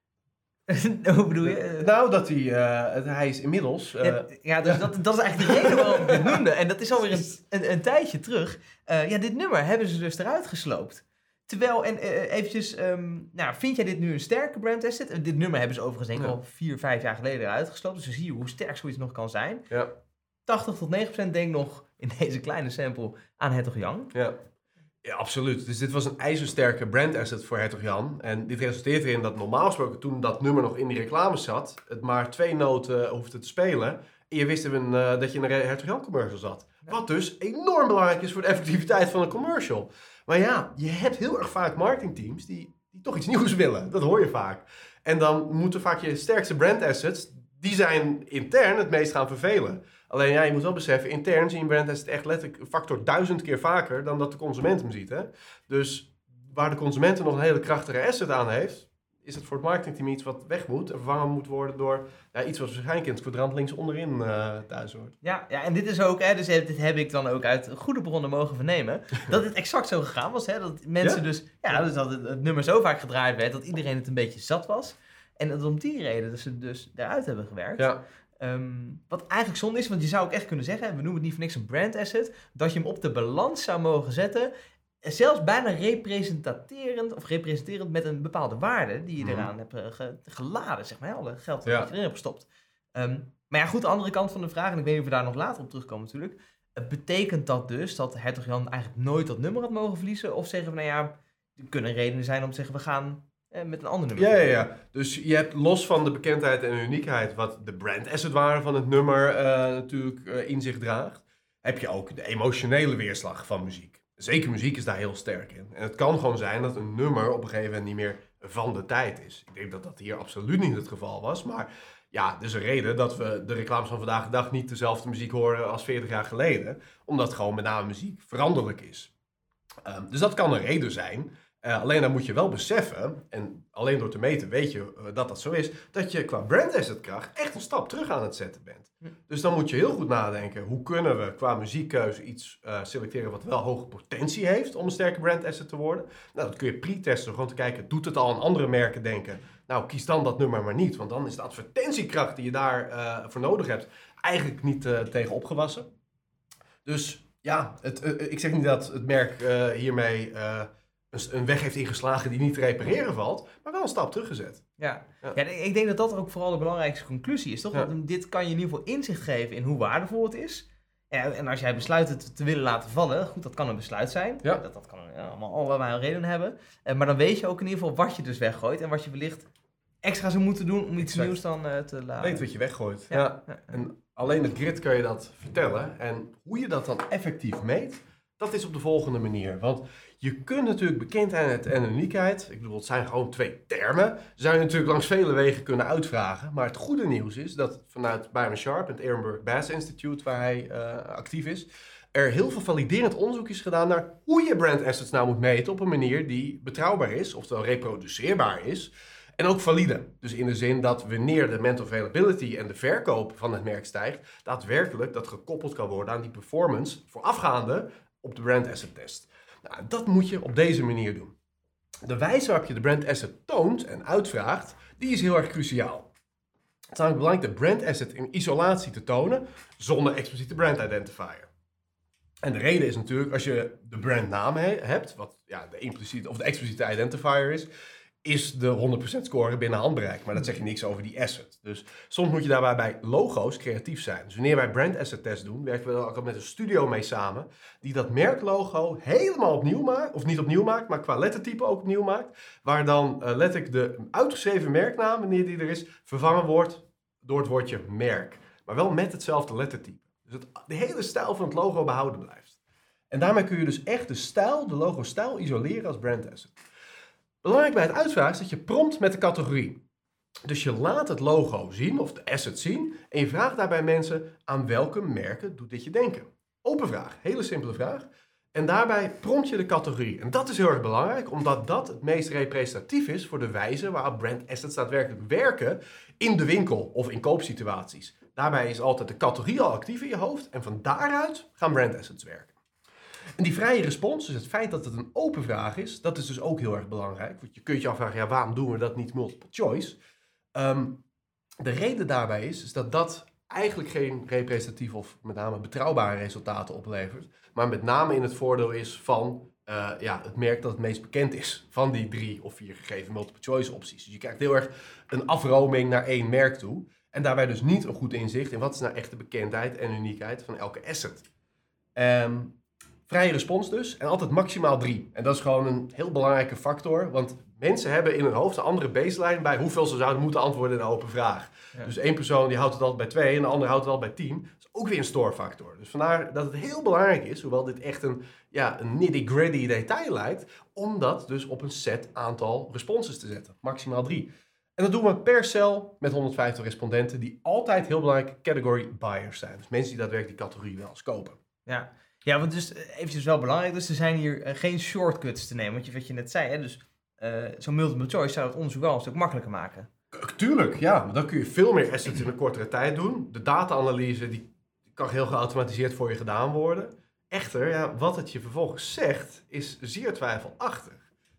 Hoe bedoel je? Nou, dat hij is inmiddels... dus dat is eigenlijk de reden waarom ik dit noemde. En dat is alweer een tijdje terug. Dit nummer hebben ze dus eruit gesloopt. Terwijl, eventjes, vind jij dit nu een sterke brand asset? Dit nummer hebben ze overigens denk ik al 4-5 jaar geleden eruit gesloopt. Dus dan zie je hoe sterk zoiets nog kan zijn. Ja. 80 tot 9% denk nog in deze kleine sample aan Hertog Jan. Ja, absoluut. Dus dit was een ijzersterke brand asset voor Hertog Jan. En dit resulteert erin dat normaal gesproken toen dat nummer nog in die reclames zat, het maar 2 noten hoefde te spelen je wist dat je in een Hertog Jan commercial zat. Wat dus enorm belangrijk is voor de effectiviteit van een commercial. Maar ja, je hebt heel erg vaak marketingteams die toch iets nieuws willen. Dat hoor je vaak. En dan moeten vaak je sterkste brand assets, die zijn intern het meest gaan vervelen. Alleen ja, je moet wel beseffen, intern zie je een brand asset echt letterlijk een factor 1000 keer vaker dan dat de consument hem ziet. Hè? Dus waar de consument er nog een hele krachtige asset aan heeft, is het voor het marketingteam iets wat weg moet en vervangen moet worden door iets wat waarschijnlijk in het kwadrant links onderin thuis hoort. Ja, en dit is ook, dus dit heb ik dan ook uit goede bronnen mogen vernemen, dat het exact zo gegaan was. Hè, dat mensen dus dat het nummer zo vaak gedraaid werd dat iedereen het een beetje zat was. En dat om die reden dat ze dus eruit hebben gewerkt. Ja. Wat eigenlijk zonde is, want je zou ook echt kunnen zeggen, we noemen het niet voor niks een brand asset, dat je hem op de balans zou mogen zetten, zelfs bijna representerend met een bepaalde waarde die je eraan hebt geladen, zeg maar, alle geld dat je erin hebt gestopt. Maar ja, goed, de andere kant van de vraag, en ik weet niet of we daar nog later op terugkomen natuurlijk, betekent dat dus dat Hertog Jan eigenlijk nooit dat nummer had mogen verliezen? Of zeggen we, er kunnen redenen zijn om te zeggen, we gaan met een ander nummer. Ja. Dus je hebt los van de bekendheid en uniekheid, wat de brand asset waarde van het nummer natuurlijk in zich draagt, heb je ook de emotionele weerslag van muziek. Zeker muziek is daar heel sterk in. En het kan gewoon zijn dat een nummer op een gegeven moment niet meer van de tijd is. Ik denk dat dat hier absoluut niet het geval was, maar ja, er is een reden dat we de reclames van vandaag de dag niet dezelfde muziek horen als 40 jaar geleden, omdat gewoon met name muziek veranderlijk is. Dus dat kan een reden zijn. Alleen dan moet je wel beseffen, en alleen door te meten weet je dat dat zo is, dat je qua brand asset kracht echt een stap terug aan het zetten bent. Dus dan moet je heel goed nadenken, hoe kunnen we qua muziekkeuze iets selecteren wat wel hoge potentie heeft om een sterke brand asset te worden. Nou, dat kun je pre-testen, gewoon te kijken, doet het al aan andere merken denken? Nou, kies dan dat nummer maar niet, want dan is de advertentiekracht die je daar voor nodig hebt eigenlijk niet tegen opgewassen. Dus ja, ik zeg niet dat het merk hiermee een weg heeft ingeslagen die niet te repareren valt, maar wel een stap teruggezet. Ja, ik denk dat dat ook vooral de belangrijkste conclusie is, toch? Ja. Want dit kan je in ieder geval inzicht geven in hoe waardevol het is. En als jij besluit het te willen laten vallen, goed, dat kan een besluit zijn. Ja. Dat kan allemaal allerlei redenen hebben. Maar dan weet je ook in ieder geval wat je dus weggooit en wat je wellicht extra zou moeten doen om iets nieuws dan te laten. Weet wat je weggooit. Ja. En alleen met grid kan je dat vertellen. En hoe je dat dan effectief meet, dat is op de volgende manier. Want je kunt natuurlijk bekendheid en uniekheid, ik bedoel, het zijn gewoon 2 termen, zou je natuurlijk langs vele wegen kunnen uitvragen. Maar het goede nieuws is dat vanuit Byron Sharp en het Ehrenberg Bass Institute, waar hij actief is, er heel veel validerend onderzoek is gedaan naar hoe je brand assets nou moet meten op een manier die betrouwbaar is, oftewel reproduceerbaar is. En ook valide. Dus in de zin dat wanneer de mental availability en de verkoop van het merk stijgt, daadwerkelijk dat gekoppeld kan worden aan die performance voorafgaande op de brand asset test. Nou, dat moet je op deze manier doen. De wijze waarop je de brand asset toont en uitvraagt, die is heel erg cruciaal. Het is namelijk belangrijk de brand asset in isolatie te tonen, zonder expliciete brand identifier. En de reden is natuurlijk, als je de brandnaam hebt, wat de impliciete of de expliciete identifier is de 100% score binnen handbereik. Maar dat zeg je niks over die asset. Dus soms moet je daarbij bij logo's creatief zijn. Dus wanneer wij brand asset test doen, werken we ook met een studio mee samen, die dat merklogo helemaal opnieuw maakt, of niet opnieuw maakt, maar qua lettertype ook opnieuw maakt, waar dan letterlijk de uitgeschreven merknaam, wanneer die er is, vervangen wordt door het woordje merk. Maar wel met hetzelfde lettertype. Dus de hele stijl van het logo behouden blijft. En daarmee kun je dus echt de logo-stijl isoleren als brand asset. Belangrijk bij het uitvragen is dat je prompt met de categorie. Dus je laat het logo zien, of de asset zien, en je vraagt daarbij mensen aan welke merken doet dit je denken. Open vraag, hele simpele vraag. En daarbij prompt je de categorie. En dat is heel erg belangrijk, omdat dat het meest representatief is voor de wijze waarop brand assets daadwerkelijk werken in de winkel of in koopsituaties. Daarbij is altijd de categorie al actief in je hoofd en van daaruit gaan brand assets werken. En die vrije respons, dus het feit dat het een open vraag is, dat is dus ook heel erg belangrijk. Want je kunt je afvragen, waarom doen we dat niet multiple choice? De reden daarbij is dat dat eigenlijk geen representatief of met name betrouwbare resultaten oplevert. Maar met name in het voordeel is van het merk dat het meest bekend is van die 3 of 4 gegeven multiple choice opties. Dus je krijgt heel erg een afroming naar 1 merk toe. En daarbij dus niet een goed inzicht in wat is nou echt de bekendheid en uniekheid van elke asset. Vrije respons dus. En altijd maximaal 3. En dat is gewoon een heel belangrijke factor. Want mensen hebben in hun hoofd een andere baseline bij hoeveel ze zouden moeten antwoorden in een open vraag. Ja. Dus één persoon die houdt het altijd bij 2 en de ander houdt het altijd bij 10. Dat is ook weer een storefactor. Dus vandaar dat het heel belangrijk is, hoewel dit echt een nitty-gritty detail lijkt, om dat dus op een set aantal responses te zetten. Maximaal 3. En dat doen we per cel met 150 respondenten die altijd heel belangrijke category buyers zijn. Dus mensen die daadwerkelijk die categorie wel eens kopen. Ja, want dus eventjes wel belangrijk. Dus er zijn hier geen shortcuts te nemen. Want wat je net zei, hè, dus zo'n multiple choice zou het onderzoek wel een stuk makkelijker maken. Tuurlijk, ja. Maar dan kun je veel meer assets in een kortere tijd doen. De data-analyse die kan heel geautomatiseerd voor je gedaan worden. Echter, wat het je vervolgens zegt, is zeer twijfelachtig.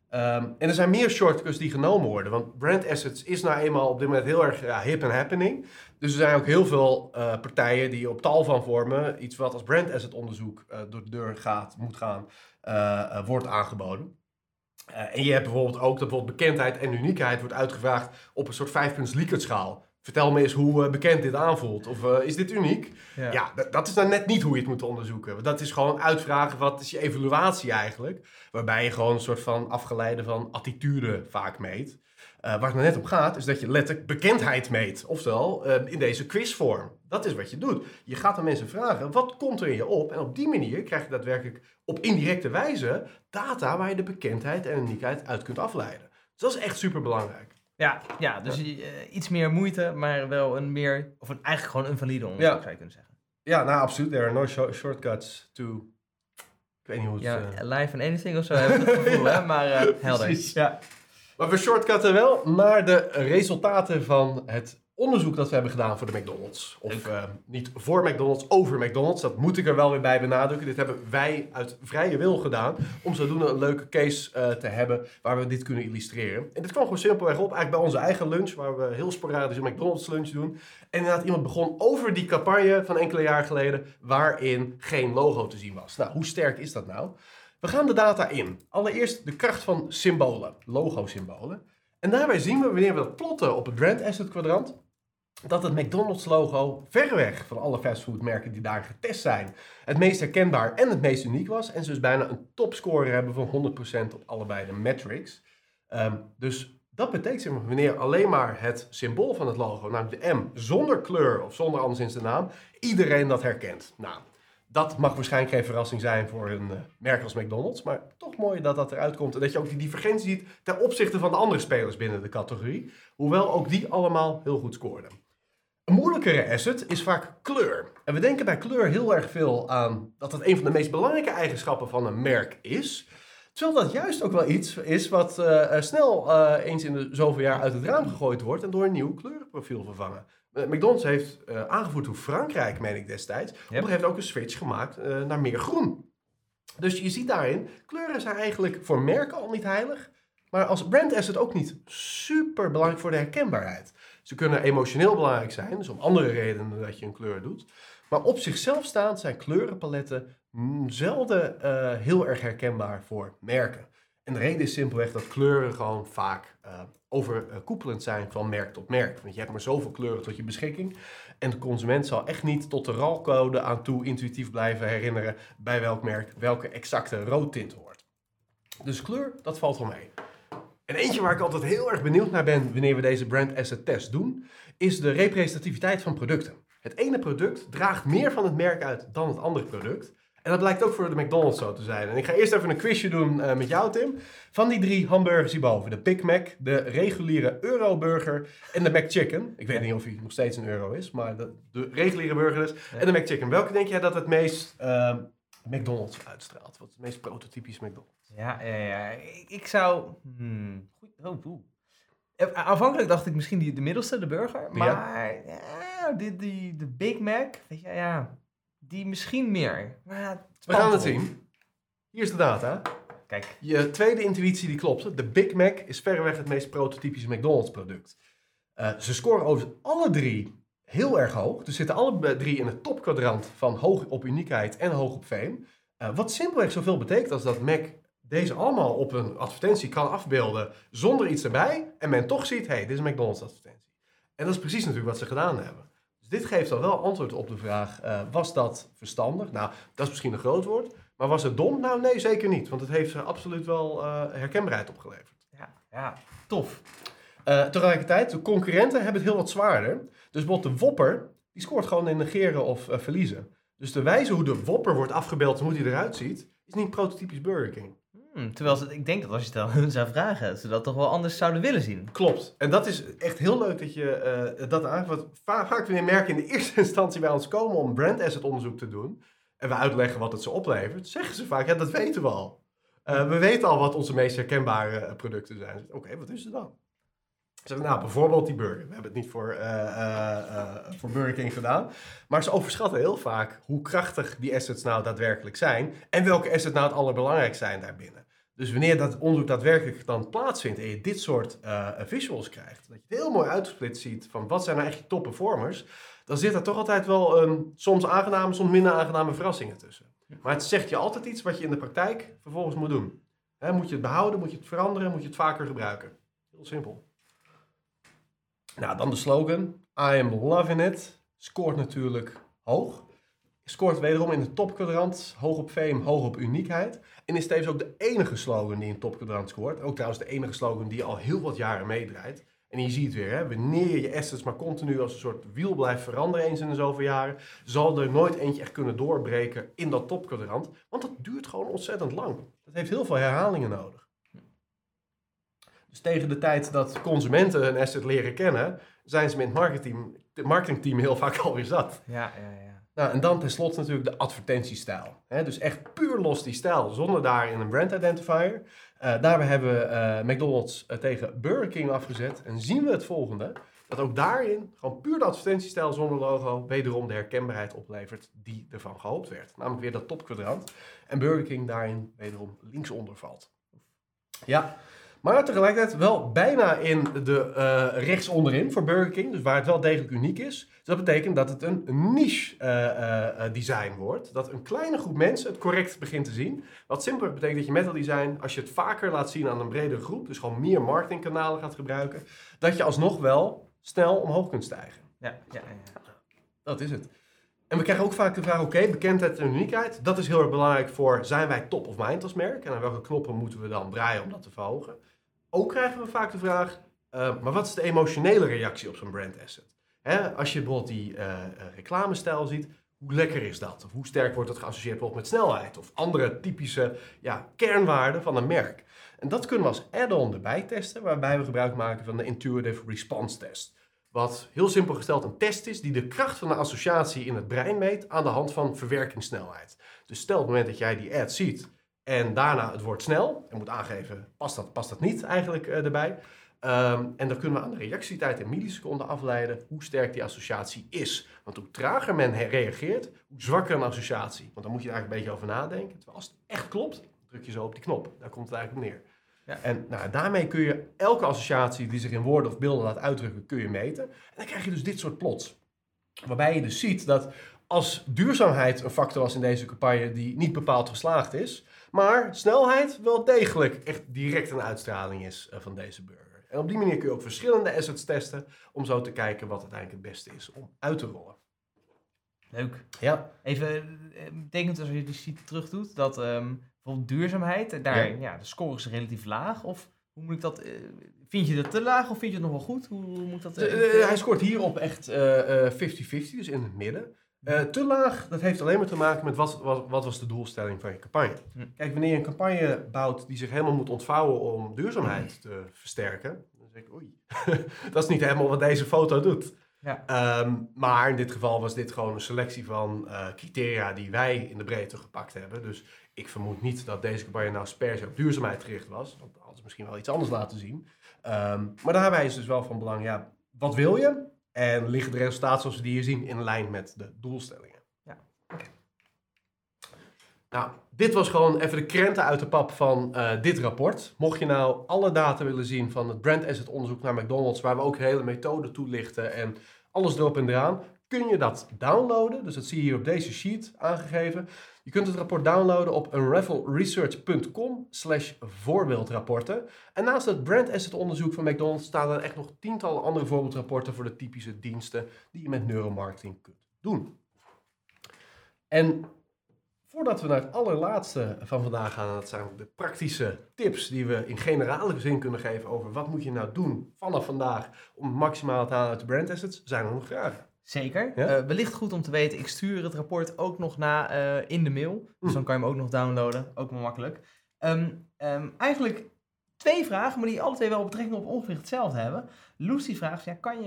En er zijn meer shortcuts die genomen worden. Want brand assets is nou eenmaal op dit moment heel erg hip en happening. Dus er zijn ook heel veel partijen die op tal van vormen iets wat als brand asset onderzoek door de deur moet gaan, wordt aangeboden. En je hebt bijvoorbeeld ook dat bijvoorbeeld bekendheid en uniekheid wordt uitgevraagd op een soort 5-punts Likert schaal. Vertel me eens hoe bekend dit aanvoelt. Of is dit uniek? Ja, dat is dan net niet hoe je het moet onderzoeken. Want dat is gewoon uitvragen, wat is je evaluatie eigenlijk? Waarbij je gewoon een soort van afgeleide van attitude vaak meet. Waar het nou net om gaat, is dat je letterlijk bekendheid meet. Oftewel, in deze quizvorm. Dat is wat je doet. Je gaat aan mensen vragen, wat komt er in je op? En op die manier krijg je daadwerkelijk op indirecte wijze data waar je de bekendheid en uniekheid uit kunt afleiden. Dus dat is echt super belangrijk. Ja, dus iets meer moeite, maar wel eigenlijk gewoon een valide onderzoek zou je kunnen zeggen. Ja, nou absoluut. There are no shortcuts to... Ik weet niet hoe het... live and anything of zo heb ik het gevoel, hè? Maar helder. Ja. Maar we shortcutten wel naar de resultaten van het onderzoek dat we hebben gedaan voor de McDonald's. Of niet voor McDonald's, over McDonald's. Dat moet ik er wel weer bij benadrukken. Dit hebben wij uit vrije wil gedaan. Om zodoende een leuke case te hebben waar we dit kunnen illustreren. En dit kwam gewoon simpelweg op eigenlijk bij onze eigen lunch. Waar we heel sporadisch een McDonald's lunch doen. En inderdaad iemand begon over die campagne van enkele jaar geleden. Waarin geen logo te zien was. Nou, hoe sterk is dat nou? We gaan de data in. Allereerst de kracht van symbolen. Logo-symbolen. En daarbij zien we, wanneer we dat plotten op het brand asset kwadrant, dat het McDonald's logo verreweg van alle fastfoodmerken die daar getest zijn het meest herkenbaar en het meest uniek was. En ze dus bijna een topscore hebben van 100% op allebei de metrics. Dus dat betekent, wanneer alleen maar het symbool van het logo, namelijk de M, zonder kleur of zonder anderszins de naam, iedereen dat herkent. Nou, dat mag waarschijnlijk geen verrassing zijn voor een merk als McDonald's. Maar toch mooi dat dat eruit komt. En dat je ook die divergentie ziet ten opzichte van de andere spelers binnen de categorie. Hoewel ook die allemaal heel goed scoorden. Een moeilijkere asset is vaak kleur. En we denken bij kleur heel erg veel aan dat het een van de meest belangrijke eigenschappen van een merk is. Terwijl dat juist ook wel iets is wat snel eens in de zoveel jaar uit het raam gegooid wordt en door een nieuw kleurenprofiel vervangen. McDonald's heeft aangevoerd door Frankrijk, meen ik destijds. Op een gegeven moment ook een switch gemaakt naar meer groen. Dus je ziet daarin, kleuren zijn eigenlijk voor merken al niet heilig. Maar als brand asset ook niet super belangrijk voor de herkenbaarheid. Ze kunnen emotioneel belangrijk zijn, dus om andere redenen dat je een kleur doet. Maar op zichzelf staand zijn kleurenpaletten zelden heel erg herkenbaar voor merken. En de reden is simpelweg dat kleuren gewoon vaak overkoepelend zijn van merk tot merk. Want je hebt maar zoveel kleuren tot je beschikking. En de consument zal echt niet tot de RAL-code aan toe intuïtief blijven herinneren bij welk merk welke exacte roodtint hoort. Dus kleur, dat valt wel mee. En eentje waar ik altijd heel erg benieuwd naar ben wanneer we deze brand asset test doen, is de representativiteit van producten. Het ene product draagt meer van het merk uit dan het andere product. En dat blijkt ook voor de McDonald's zo te zijn. En ik ga eerst even een quizje doen met jou, Tim. Van die 3 hamburgers hierboven. De Big Mac, de reguliere Euroburger en de McChicken. Ik weet niet of hij nog steeds een euro is, maar de reguliere burger dus. Ja. En de McChicken. Welke denk jij dat het meest McDonald's uitstraalt? Wat is het meest prototypisch McDonald's? Ja. Ik zou... Aanvankelijk dacht ik misschien de middelste, de burger. Maar de Big Mac, weet je, die misschien meer. Maar we gaan het zien. Hier is de data. Kijk. Je tweede intuïtie die klopt. De Big Mac is verreweg het meest prototypische McDonald's product. Ze scoren over alle 3 heel erg hoog. Dus zitten alle 3 in het topkwadrant van hoog op uniekheid en hoog op fame. Wat simpelweg zoveel betekent als dat Mac deze allemaal op een advertentie kan afbeelden zonder iets erbij. En men toch ziet, dit is een McDonald's advertentie. En dat is precies natuurlijk wat ze gedaan hebben. Dus dit geeft al wel antwoord op de vraag, was dat verstandig? Nou, dat is misschien een groot woord. Maar was het dom? Nou, nee, zeker niet. Want het heeft er absoluut wel herkenbaarheid opgeleverd. Ja, tof. Tegelijkertijd, de concurrenten hebben het heel wat zwaarder. Dus bijvoorbeeld de Whopper, die scoort gewoon in negeren of verliezen. Dus de wijze hoe de Whopper wordt afgebeeld en hoe die eruit ziet, is niet prototypisch Burger King. Terwijl ik denk dat als je het aan hun zou vragen, ze dat toch wel anders zouden willen zien. Klopt. En dat is echt heel leuk dat je dat aangeeft. Vaak wanneer merken in de eerste instantie bij ons komen om brand asset onderzoek te doen, en we uitleggen wat het ze oplevert, zeggen ze vaak, ja, dat weten we al. We weten al wat onze meest herkenbare producten zijn. Oké, wat is het dan? Ze zeggen, nou, bijvoorbeeld die burger. We hebben het niet voor Burger King gedaan. Maar ze overschatten heel vaak hoe krachtig die assets nou daadwerkelijk zijn. En welke assets nou het allerbelangrijkste zijn daarbinnen. Dus wanneer dat onderzoek daadwerkelijk dan plaatsvindt en je dit soort visuals krijgt. Dat je het heel mooi uitgesplitst ziet van wat zijn nou echt je top performers. Dan zit er toch altijd wel een soms aangename, soms minder aangename verrassingen tussen. Maar het zegt je altijd iets wat je in de praktijk vervolgens moet doen. Moet je het behouden, moet je het veranderen, moet je het vaker gebruiken. Heel simpel. Nou, dan de slogan. I am loving it. Scoort natuurlijk hoog. Scoort wederom in de topkwadrant. Hoog op fame, hoog op uniekheid. En is tevens ook de enige slogan die in topkwadrant scoort. Ook trouwens de enige slogan die al heel wat jaren meedraait. En je ziet weer, hè, wanneer je je assets maar continu als een soort wiel blijft veranderen eens in de zoveel jaren, zal er nooit eentje echt kunnen doorbreken in dat topkwadrant. Want dat duurt gewoon ontzettend lang. Dat heeft heel veel herhalingen nodig. Dus tegen de tijd dat consumenten een asset leren kennen, zijn ze met het marketingteam heel vaak alweer zat. Ja. Nou, en dan tenslotte natuurlijk de advertentiestijl. Dus echt puur los die stijl, zonder daarin een brand identifier. Daarbij hebben we McDonald's tegen Burger King afgezet. En zien we het volgende, dat ook daarin gewoon puur de advertentiestijl zonder logo wederom de herkenbaarheid oplevert die ervan gehoopt werd. Namelijk weer dat topkwadrant. En Burger King daarin wederom linksonder valt. Ja. Maar tegelijkertijd wel bijna in de rechts onderin voor Burger King. Dus waar het wel degelijk uniek is. Dus dat betekent dat het een niche design wordt. Dat een kleine groep mensen het correct begint te zien. Wat simpelweg betekent dat je met dat design, als je het vaker laat zien aan een bredere groep. Dus gewoon meer marketingkanalen gaat gebruiken. Dat je alsnog wel snel omhoog kunt stijgen. Ja. Dat is het. En we krijgen ook vaak de vraag, oké, bekendheid en uniekheid. Dat is heel erg belangrijk voor, zijn wij top of mind als merk? En aan welke knoppen moeten we dan draaien om dat te verhogen? Ook krijgen we vaak de vraag, maar wat is de emotionele reactie op zo'n brand asset? Als je bijvoorbeeld die reclamestijl ziet, hoe lekker is dat? Of hoe sterk wordt dat geassocieerd bijvoorbeeld met snelheid? Of andere typische kernwaarden van een merk? En dat kunnen we als add-on erbij testen, waarbij we gebruik maken van de Intuitive Response Test. Wat heel simpel gesteld een test is die de kracht van de associatie in het brein meet aan de hand van verwerkingssnelheid. Dus stel op het moment dat jij die ad ziet en daarna het woord snel, en moet aangeven, past dat niet eigenlijk erbij. En dan kunnen we aan de reactietijd in milliseconden afleiden hoe sterk die associatie is. Want hoe trager men reageert, hoe zwakker een associatie. Want dan moet je er eigenlijk een beetje over nadenken. Terwijl als het echt klopt, druk je zo op die knop. Daar komt het eigenlijk op neer. Ja. En daarmee kun je elke associatie die zich in woorden of beelden laat uitdrukken, kun je meten. En dan krijg je dus dit soort plots. Waarbij je dus ziet dat als duurzaamheid een factor was in deze campagne die niet bepaald geslaagd is, maar snelheid wel degelijk echt direct een uitstraling is van deze burger. En op die manier kun je ook verschillende assets testen om zo te kijken wat uiteindelijk het beste is om uit te rollen. Leuk. Ja. Even, betekent als je die sheet terug doet dat bijvoorbeeld duurzaamheid, daar de score is relatief laag? Of hoe moet ik dat, vind je dat te laag of vind je het nog wel goed? Hoe moet dat? Hij scoort hierop echt 50-50, dus in het midden. Te laag, dat heeft alleen maar te maken met wat was de doelstelling van je campagne. Kijk, wanneer je een campagne bouwt die zich helemaal moet ontvouwen om duurzaamheid te versterken, dan zeg ik, oei, dat is niet helemaal wat deze foto doet. Ja. Maar in dit geval was dit gewoon een selectie van criteria die wij in de breedte gepakt hebben. Dus ik vermoed niet dat deze campagne nou per se op duurzaamheid gericht was. Want dan hadden ze misschien wel iets anders laten zien. Maar daarbij is dus wel van belang, wat wil je? En liggen de resultaten zoals we die hier zien in lijn met de doelstellingen. Ja. Okay. Nou, dit was gewoon even de krenten uit de pap van dit rapport. Mocht je nou alle data willen zien van het brand asset onderzoek naar McDonald's, waar we ook hele methoden toelichten en alles erop en eraan, kun je dat downloaden. Dus dat zie je hier op deze sheet aangegeven. Je kunt het rapport downloaden op unravelresearch.com/voorbeeldrapporten. En naast het brand asset onderzoek van McDonald's staan er echt nog tientallen andere voorbeeldrapporten voor de typische diensten die je met neuromarketing kunt doen. En Voordat we naar het allerlaatste van vandaag gaan, dat zijn de praktische tips die we in generale zin kunnen geven over wat moet je nou doen vanaf vandaag om het maximaal te halen uit de brand assets, zijn er nog vragen. Zeker. Ja? Wellicht goed om te weten, ik stuur het rapport ook nog na in de mail. Dus dan kan je hem ook nog downloaden, ook wel makkelijk. Eigenlijk 2 vragen, maar die alle 2 wel betrekking op ongeveer hetzelfde hebben. Lucy vraagt,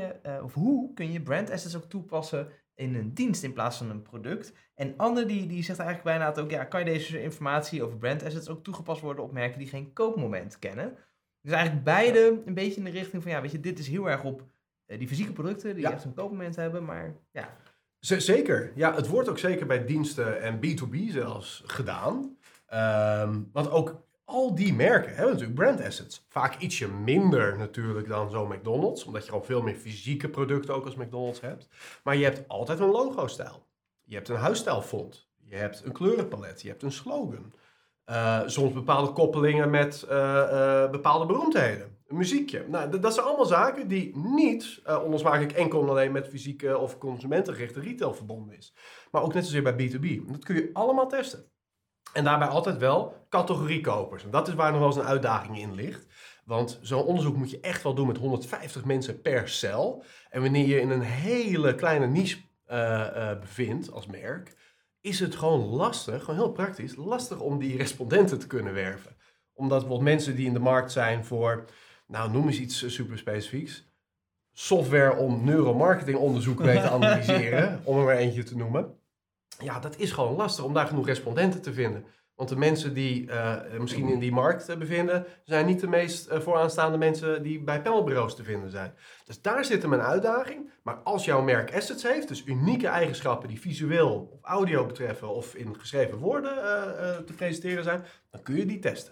hoe kun je brand assets ook toepassen in een dienst in plaats van een product? En Anne die zegt eigenlijk bijna ook, kan je deze informatie over brand assets ook toegepast worden op merken die geen koopmoment kennen? Dus eigenlijk beide een beetje in de richting van, dit is heel erg op die fysieke producten die echt een koopmoment hebben, maar ja. Zeker. Ja, het wordt ook zeker bij diensten en B2B zelfs gedaan. Want ook al die merken hebben natuurlijk brand assets. Vaak ietsje minder natuurlijk dan zo'n McDonald's, omdat je al veel meer fysieke producten ook als McDonald's hebt. Maar je hebt altijd een logo-stijl. Je hebt een huisstijlfont. Je hebt een kleurenpalet. Je hebt een slogan. Soms bepaalde koppelingen met bepaalde beroemdheden. Een muziekje. Nou, dat zijn allemaal zaken die niet onlosmakelijk enkel en alleen met fysieke of consumentengerichte retail verbonden is. Maar ook net zozeer bij B2B. Dat kun je allemaal testen. En daarbij altijd wel categoriekopers. En dat is waar nog wel eens een uitdaging in ligt. Want zo'n onderzoek moet je echt wel doen met 150 mensen per cel. En wanneer je in een hele kleine niche bevindt als merk, is het gewoon lastig, gewoon heel praktisch, lastig om die respondenten te kunnen werven. Omdat bijvoorbeeld mensen die in de markt zijn voor, noem eens iets super specifieks, software om neuromarketingonderzoek mee te analyseren, om er maar eentje te noemen. Ja, dat is gewoon lastig om daar genoeg respondenten te vinden. Want de mensen die misschien in die markt bevinden, zijn niet de meest vooraanstaande mensen die bij panelbureaus te vinden zijn. Dus daar zit hem een uitdaging. Maar als jouw merk assets heeft, dus unieke eigenschappen die visueel of audio betreffen of in geschreven woorden te presenteren zijn, dan kun je die testen.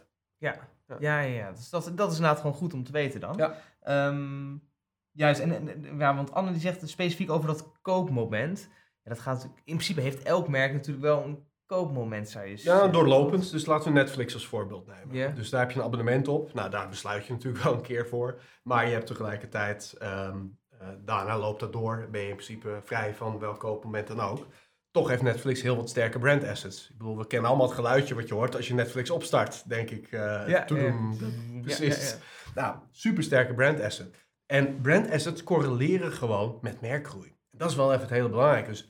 Ja. Dus dat is inderdaad gewoon goed om te weten dan. Ja. Juist, want Anne die zegt specifiek over dat koopmoment. Ja, dat gaat natuurlijk, in principe heeft elk merk natuurlijk wel een koopmoment, zou je zeggen. Ja, doorlopend. Dus laten we Netflix als voorbeeld nemen. Yeah. Dus daar heb je een abonnement op. Nou, daar besluit je natuurlijk wel een keer voor. Maar je hebt tegelijkertijd, daarna loopt dat door. Ben je in principe vrij van welk koopmoment dan ook. Toch heeft Netflix heel wat sterke brand assets. Ik bedoel, we kennen allemaal het geluidje wat je hoort als je Netflix opstart, denk ik. Precies. Nou, supersterke brand asset. En brand assets correleren gewoon met merkgroei. Dat is wel even het hele belangrijke. Dus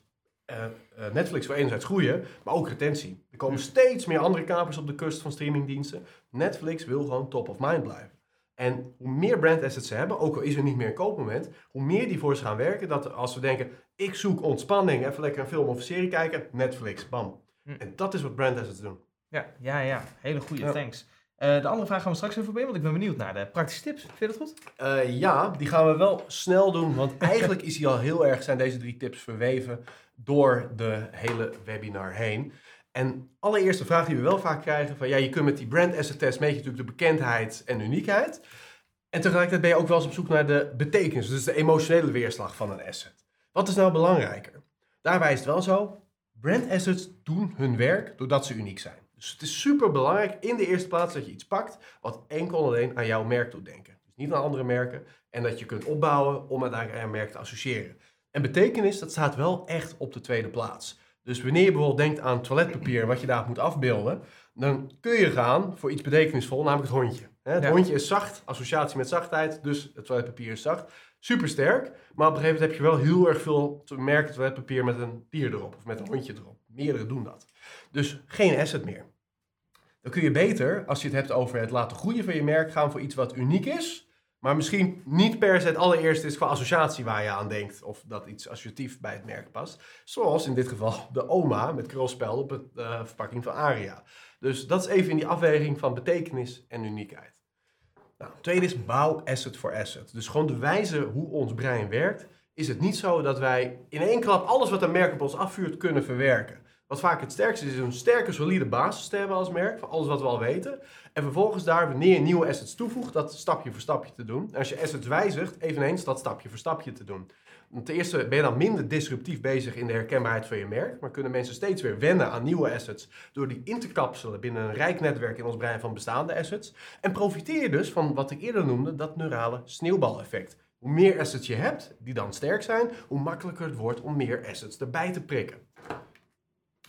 Netflix wil enerzijds groeien, maar ook retentie. Er komen steeds meer andere kapers op de kust van streamingdiensten. Netflix wil gewoon top of mind blijven. En hoe meer brand assets ze hebben, ook al is er niet meer een koopmoment, hoe meer die voor ze gaan werken, dat als we denken, ik zoek ontspanning, even lekker een film of een serie kijken, Netflix, bam. En dat is wat brand assets doen. Ja. Hele goede, thanks. De andere vraag gaan we straks even voorbij, want ik ben benieuwd naar de praktische tips. Vind je dat goed? Ja, die gaan we wel snel doen, want eigenlijk is die al heel erg, zijn deze 3 tips verweven door de hele webinar heen. En allereerste vraag die we wel vaak krijgen, van je kunt met die brand asset test meet je natuurlijk de bekendheid en uniekheid. En tegelijkertijd ben je ook wel eens op zoek naar de betekenis, dus de emotionele weerslag van een asset. Wat is nou belangrijker? Daarbij is het wel zo, brand assets doen hun werk doordat ze uniek zijn. Dus het is super belangrijk in de eerste plaats dat je iets pakt wat enkel en alleen aan jouw merk doet denken. Dus niet aan andere merken en dat je kunt opbouwen om uiteindelijk aan je merk te associëren. En betekenis, dat staat wel echt op de tweede plaats. Dus wanneer je bijvoorbeeld denkt aan toiletpapier, wat je daar moet afbeelden, dan kun je gaan voor iets betekenisvol, namelijk het hondje. Het hondje is zacht, associatie met zachtheid, dus het toiletpapier is zacht. Super sterk, maar op een gegeven moment heb je wel heel erg veel te merken toiletpapier met een dier erop of met een hondje erop. Meerdere doen dat. Dus geen asset meer. Dan kun je beter, als je het hebt over het laten groeien van je merk, gaan voor iets wat uniek is, maar misschien niet per se het allereerste is qua associatie waar je aan denkt of dat iets associatief bij het merk past. Zoals in dit geval de oma met krulspel op de verpakking van Aria. Dus dat is even in die afweging van betekenis en uniekheid. Nou, tweede is bouw asset voor asset. Dus gewoon de wijze hoe ons brein werkt, is het niet zo dat wij in één klap alles wat een merk op ons afvuurt kunnen verwerken. Wat vaak het sterkste is een sterke, solide basis te hebben als merk, van alles wat we al weten. En vervolgens daar, wanneer je nieuwe assets toevoegt, dat stapje voor stapje te doen. En als je assets wijzigt, eveneens dat stapje voor stapje te doen. Ten eerste ben je dan minder disruptief bezig in de herkenbaarheid van je merk, maar kunnen mensen steeds weer wennen aan nieuwe assets door die in te kapselen binnen een rijk netwerk in ons brein van bestaande assets. En profiteer je dus van wat ik eerder noemde, dat neurale sneeuwbaleffect. Hoe meer assets je hebt, die dan sterk zijn, hoe makkelijker het wordt om meer assets erbij te prikken.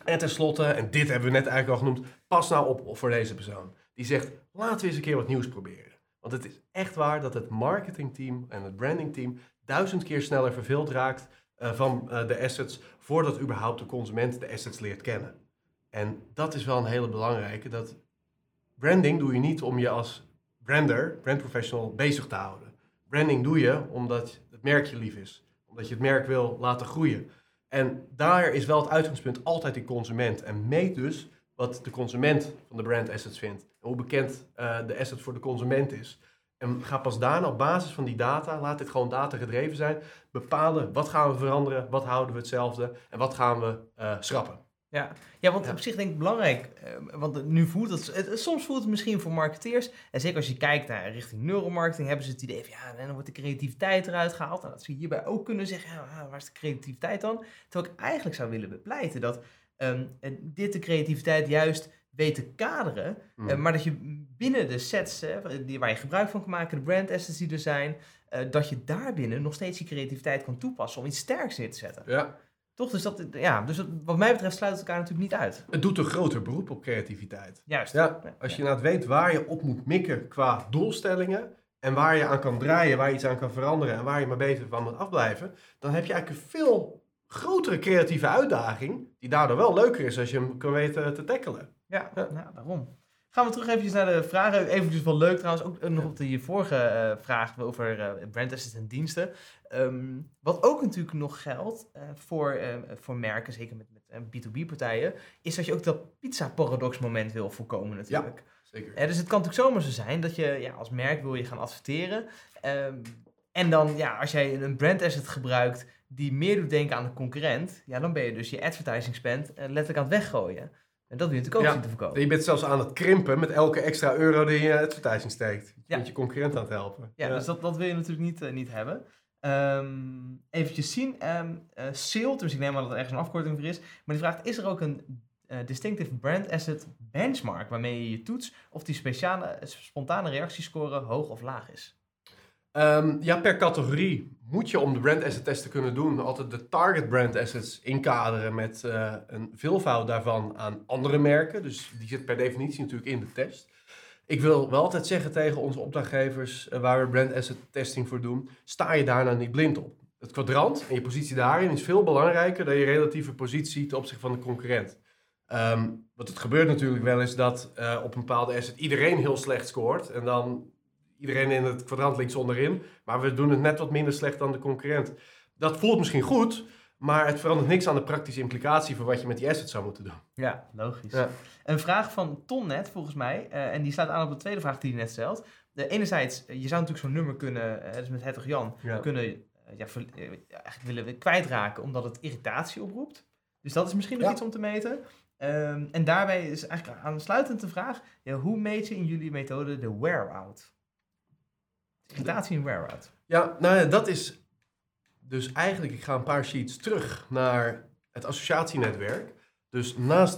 En tenslotte, en dit hebben we net eigenlijk al genoemd, pas nou op voor deze persoon. Die zegt, laten we eens een keer wat nieuws proberen. Want het is echt waar dat het marketingteam en het brandingteam 1000 keer sneller verveeld raakt van de assets, voordat überhaupt de consument de assets leert kennen. En dat is wel een hele belangrijke, dat branding doe je niet om je als brandprofessional bezig te houden. Branding doe je omdat het merk je lief is, omdat je het merk wil laten groeien. En daar is wel het uitgangspunt altijd die consument. En meet dus wat de consument van de brand assets vindt. En hoe bekend de asset voor de consument is. En ga pas daarna op basis van die data, laat dit gewoon data gedreven zijn, bepalen wat gaan we veranderen, wat houden we hetzelfde en wat gaan we schrappen. Ja, want op zich denk ik belangrijk, want nu voelt soms voelt het misschien voor marketeers, en zeker als je kijkt naar richting neuromarketing, hebben ze het idee van dan wordt de creativiteit eruit gehaald. En dat ze hierbij ook kunnen zeggen, waar is de creativiteit dan? Terwijl ik eigenlijk zou willen bepleiten dat dit de creativiteit juist weet te kaderen, maar dat je binnen de sets waar je gebruik van kan maken, de brand assets die er zijn, dat je daarbinnen nog steeds die creativiteit kan toepassen om iets sterks neer te zetten. Ja. Toch? Dus wat mij betreft sluit het elkaar natuurlijk niet uit. Het doet een groter beroep op creativiteit. Juist. Ja, als je nou weet waar je op moet mikken qua doelstellingen en waar je aan kan draaien, waar je iets aan kan veranderen en waar je maar beter van moet afblijven, dan heb je eigenlijk een veel grotere creatieve uitdaging, die daardoor wel leuker is als je hem kan weten te tackelen. Ja. Nou, daarom. Gaan we terug eventjes naar de vragen. Eventjes wel leuk trouwens, ook nog op die vorige vraag over brand assets en diensten. Wat ook natuurlijk nog geldt voor merken, zeker met B2B-partijen, is dat je ook dat pizza-paradox moment wil voorkomen natuurlijk. Ja, zeker. Dus het kan natuurlijk zomaar zo zijn dat je als merk wil je gaan adverteren. En dan, als jij een brand asset gebruikt die meer doet denken aan de concurrent, dan ben je dus je advertising spend letterlijk aan het weggooien. En dat wil je natuurlijk ook zien te voorkomen. Je bent zelfs aan het krimpen met elke extra euro die je in advertising steekt. Je bent je concurrent aan het helpen. Ja, dus dat wil je natuurlijk niet hebben. Eventjes zien. SAIL, dus ik neem aan dat er ergens een afkorting voor is. Maar die vraagt, is er ook een distinctive brand asset benchmark waarmee je toets of die spontane reactiescore hoog of laag is? Per categorie moet je om de brand asset test te kunnen doen altijd de target brand assets inkaderen met een veelvoud daarvan aan andere merken. Dus die zit per definitie natuurlijk in de test. Ik wil wel altijd zeggen tegen onze opdrachtgevers waar we brand asset testing voor doen, sta je daar nou niet blind op. Het kwadrant en je positie daarin is veel belangrijker dan je relatieve positie ten opzichte van de concurrent. Want het gebeurt natuurlijk wel eens dat op een bepaalde asset iedereen heel slecht scoort en dan iedereen in het kwadrant links onderin, maar we doen het net wat minder slecht dan de concurrent. Dat voelt misschien goed, maar het verandert niks aan de praktische implicatie voor wat je met die asset zou moeten doen. Ja, logisch. Ja. Een vraag van Ton net, volgens mij, en die sluit aan op de tweede vraag die hij net stelt. Enerzijds, je zou natuurlijk zo'n nummer kunnen, dus met Hertog Jan, kunnen eigenlijk willen kwijtraken omdat het irritatie oproept. Dus dat is misschien nog iets om te meten. En daarbij is eigenlijk aansluitend de vraag, hoe meet je in jullie methode de wear-out? Irritatie en wear-out. Ja, dat is dus eigenlijk, ik ga een paar sheets terug naar het associatienetwerk. Dus naast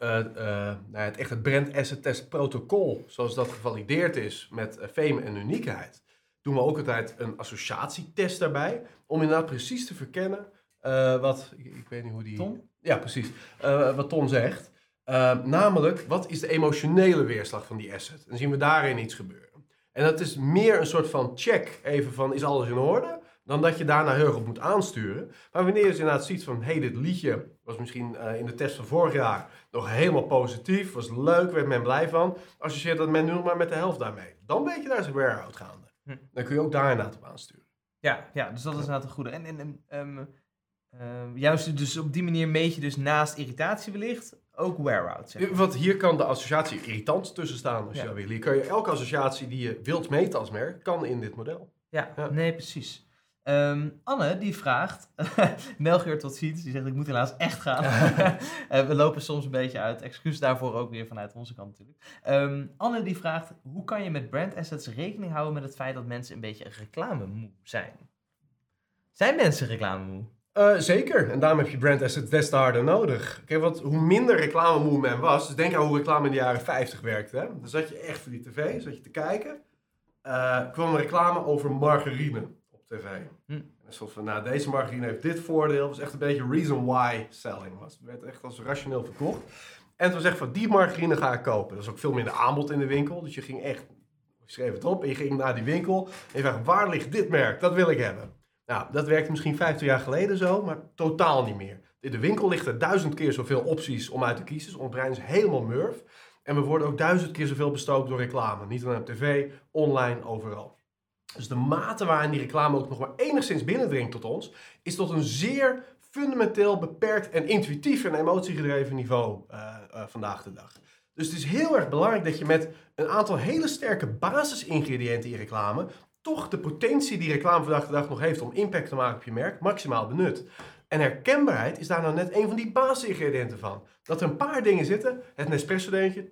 het brand asset test protocol, zoals dat gevalideerd is met fame en uniekheid, doen we ook altijd een associatietest daarbij, om inderdaad precies te verkennen wat, ik weet niet hoe die... Ton? Ja, precies. Wat Ton zegt. Namelijk, wat is de emotionele weerslag van die asset? Dan zien we daarin iets gebeuren. En dat is meer een soort van check, even van, is alles in orde? Dan dat je daarna heel erg op moet aansturen. Maar wanneer je dus inderdaad ziet van, dit liedje was misschien in de test van vorig jaar nog helemaal positief, was leuk, werd men blij van, associeert dat men nu nog maar met de helft daarmee. Dan weet je, daar is een wear-out gaande. Dan kun je ook daar inderdaad op aansturen. Ja, dus dat is inderdaad een goede. En juist dus op die manier meet je dus naast irritatie wellicht ook wear-out. Zeg maar. Want hier kan de associatie irritant tussen staan als je dat wil. Hier kan je elke associatie die je wilt meten als merk, kan in dit model. Ja. Nee, precies. Anne, die vraagt, Melchior tot ziens, die zegt ik moet helaas echt gaan. We lopen soms een beetje uit, excuus daarvoor ook weer vanuit onze kant natuurlijk. Anne die vraagt, hoe kan je met brand assets rekening houden met het feit dat mensen een beetje reclamemoe zijn? Zijn mensen reclamemoe? Zeker, en daarom heb je brand assets des te harder nodig. Kijk, hoe minder reclamemoe men was, dus denk aan hoe reclame in de jaren 50 werkte. Hè? Dan zat je echt voor die tv, zat je te kijken. Kwam een reclame over margarine op tv. En een soort van, deze margarine heeft dit voordeel. Het was echt een beetje reason why selling. Het werd echt als rationeel verkocht. En het was echt van, die margarine ga ik kopen. Er was ook veel minder aanbod in de winkel. Dus je ging echt, je schreef het op en je ging naar die winkel. En je vraagt, waar ligt dit merk? Dat wil ik hebben. Nou, dat werkte misschien 50 jaar geleden zo, maar totaal niet meer. In de winkel ligt er 1000 keer zoveel opties om uit te kiezen. Dus ons brein is helemaal murf. En we worden ook 1000 keer zoveel bestookt door reclame. Niet alleen op tv, online, overal. Dus de mate waarin die reclame ook nog maar enigszins binnendringt tot ons, is tot een zeer fundamenteel beperkt en intuïtief en emotiegedreven niveau vandaag de dag. Dus het is heel erg belangrijk dat je met een aantal hele sterke basisingrediënten in reclame toch de potentie die reclame vandaag de dag nog heeft om impact te maken op je merk maximaal benut. En herkenbaarheid is daar nou net een van die basisingrediënten van. Dat er een paar dingen zitten, het Nespresso-dingetje,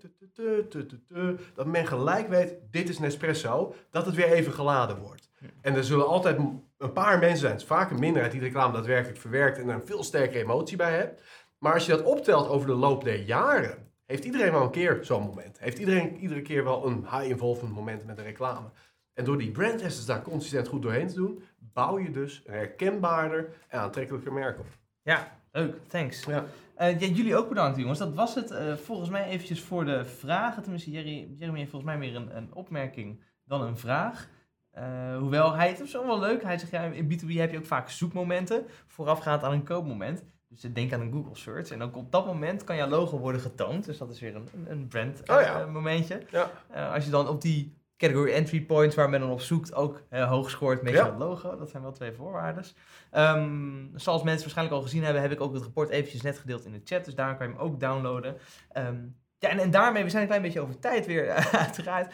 dat men gelijk weet, dit is Nespresso, dat het weer even geladen wordt. En er zullen altijd een paar mensen zijn, het is vaak een minderheid die de reclame daadwerkelijk verwerkt en er een veel sterkere emotie bij hebt. Maar als je dat optelt over de loop der jaren, heeft iedereen wel een keer zo'n moment. Heeft iedereen iedere keer wel een high-involvement moment met de reclame. En door die brand assets daar consistent goed doorheen te doen, bouw je dus een herkenbaarder en aantrekkelijker merk op. Ja, leuk. Thanks. Ja. Jullie ook bedankt, jongens. Dat was het volgens mij eventjes voor de vragen. Tenminste, Jeremy heeft volgens mij meer een opmerking dan een vraag. Hoewel, hij het is wel leuk. Hij zegt, ja, in B2B heb je ook vaak zoekmomenten voorafgaand aan een koopmoment. Dus denk aan een Google search. En ook op dat moment kan jouw logo worden getoond. Dus dat is weer een brand momentje. Ja. Als je dan op die category entry points waar men dan op zoekt ook hoog scoort met het logo. Dat zijn wel 2 voorwaarden. Zoals mensen waarschijnlijk al gezien hebben, heb ik ook het rapport eventjes net gedeeld in de chat. Dus daar kan je hem ook downloaden. En daarmee, we zijn een klein beetje over tijd weer, uiteraard.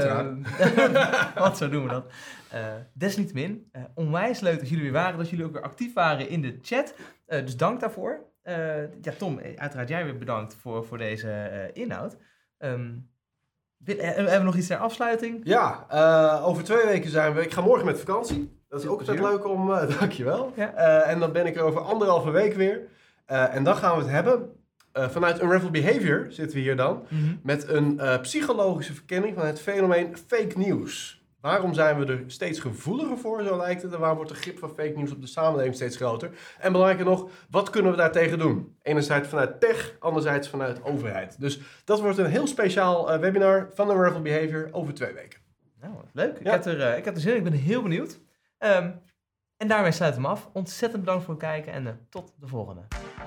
Want zo doen we dat. Desniettemin, onwijs leuk dat jullie weer waren. Dat jullie ook weer actief waren in de chat. Dus dank daarvoor. Tom, uiteraard jij weer bedankt voor deze inhoud. Hebben we nog iets ter afsluiting? Ja, over 2 weken zijn we... Ik ga morgen met vakantie. Dat is ook altijd leuk om... dankjewel. Ja. En dan ben ik er over 1,5 week weer. En dan gaan we het hebben... vanuit Unravel Behavior zitten we hier dan. Mm-hmm. Met een psychologische verkenning van het fenomeen fake news. Waarom zijn we er steeds gevoeliger voor, zo lijkt het? En waarom wordt de grip van fake news op de samenleving steeds groter? En belangrijker nog, wat kunnen we daartegen doen? Enerzijds vanuit tech, anderzijds vanuit overheid. Dus dat wordt een heel speciaal webinar van Unravel Behavior over 2 weken. Nou, leuk. Ja. Ik heb er zin in. Ik ben heel benieuwd. En daarmee sluiten we hem af. Ontzettend bedankt voor het kijken en tot de volgende.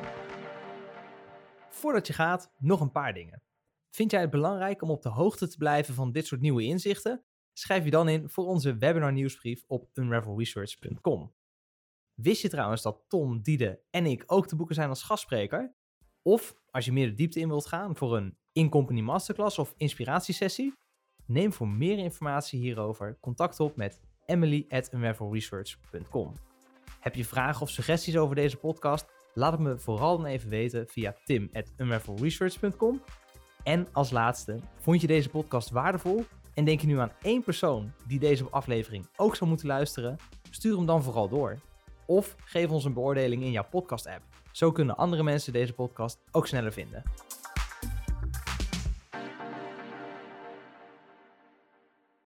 Voordat je gaat, nog een paar dingen. Vind jij het belangrijk om op de hoogte te blijven van dit soort nieuwe inzichten? Schrijf je dan in voor onze webinar nieuwsbrief op unravelresearch.com. Wist je trouwens dat Tom, Diede en ik ook te boeken zijn als gastspreker? Of als je meer de diepte in wilt gaan voor een in-company masterclass of inspiratiesessie? Neem voor meer informatie hierover contact op met emily@unravelresearch.com. Heb je vragen of suggesties over deze podcast? Laat het me vooral dan even weten via tim@unravelresearch.com. En als laatste, vond je deze podcast waardevol? En denk je nu aan 1 persoon die deze aflevering ook zou moeten luisteren? Stuur hem dan vooral door. Of geef ons een beoordeling in jouw podcast-app. Zo kunnen andere mensen deze podcast ook sneller vinden.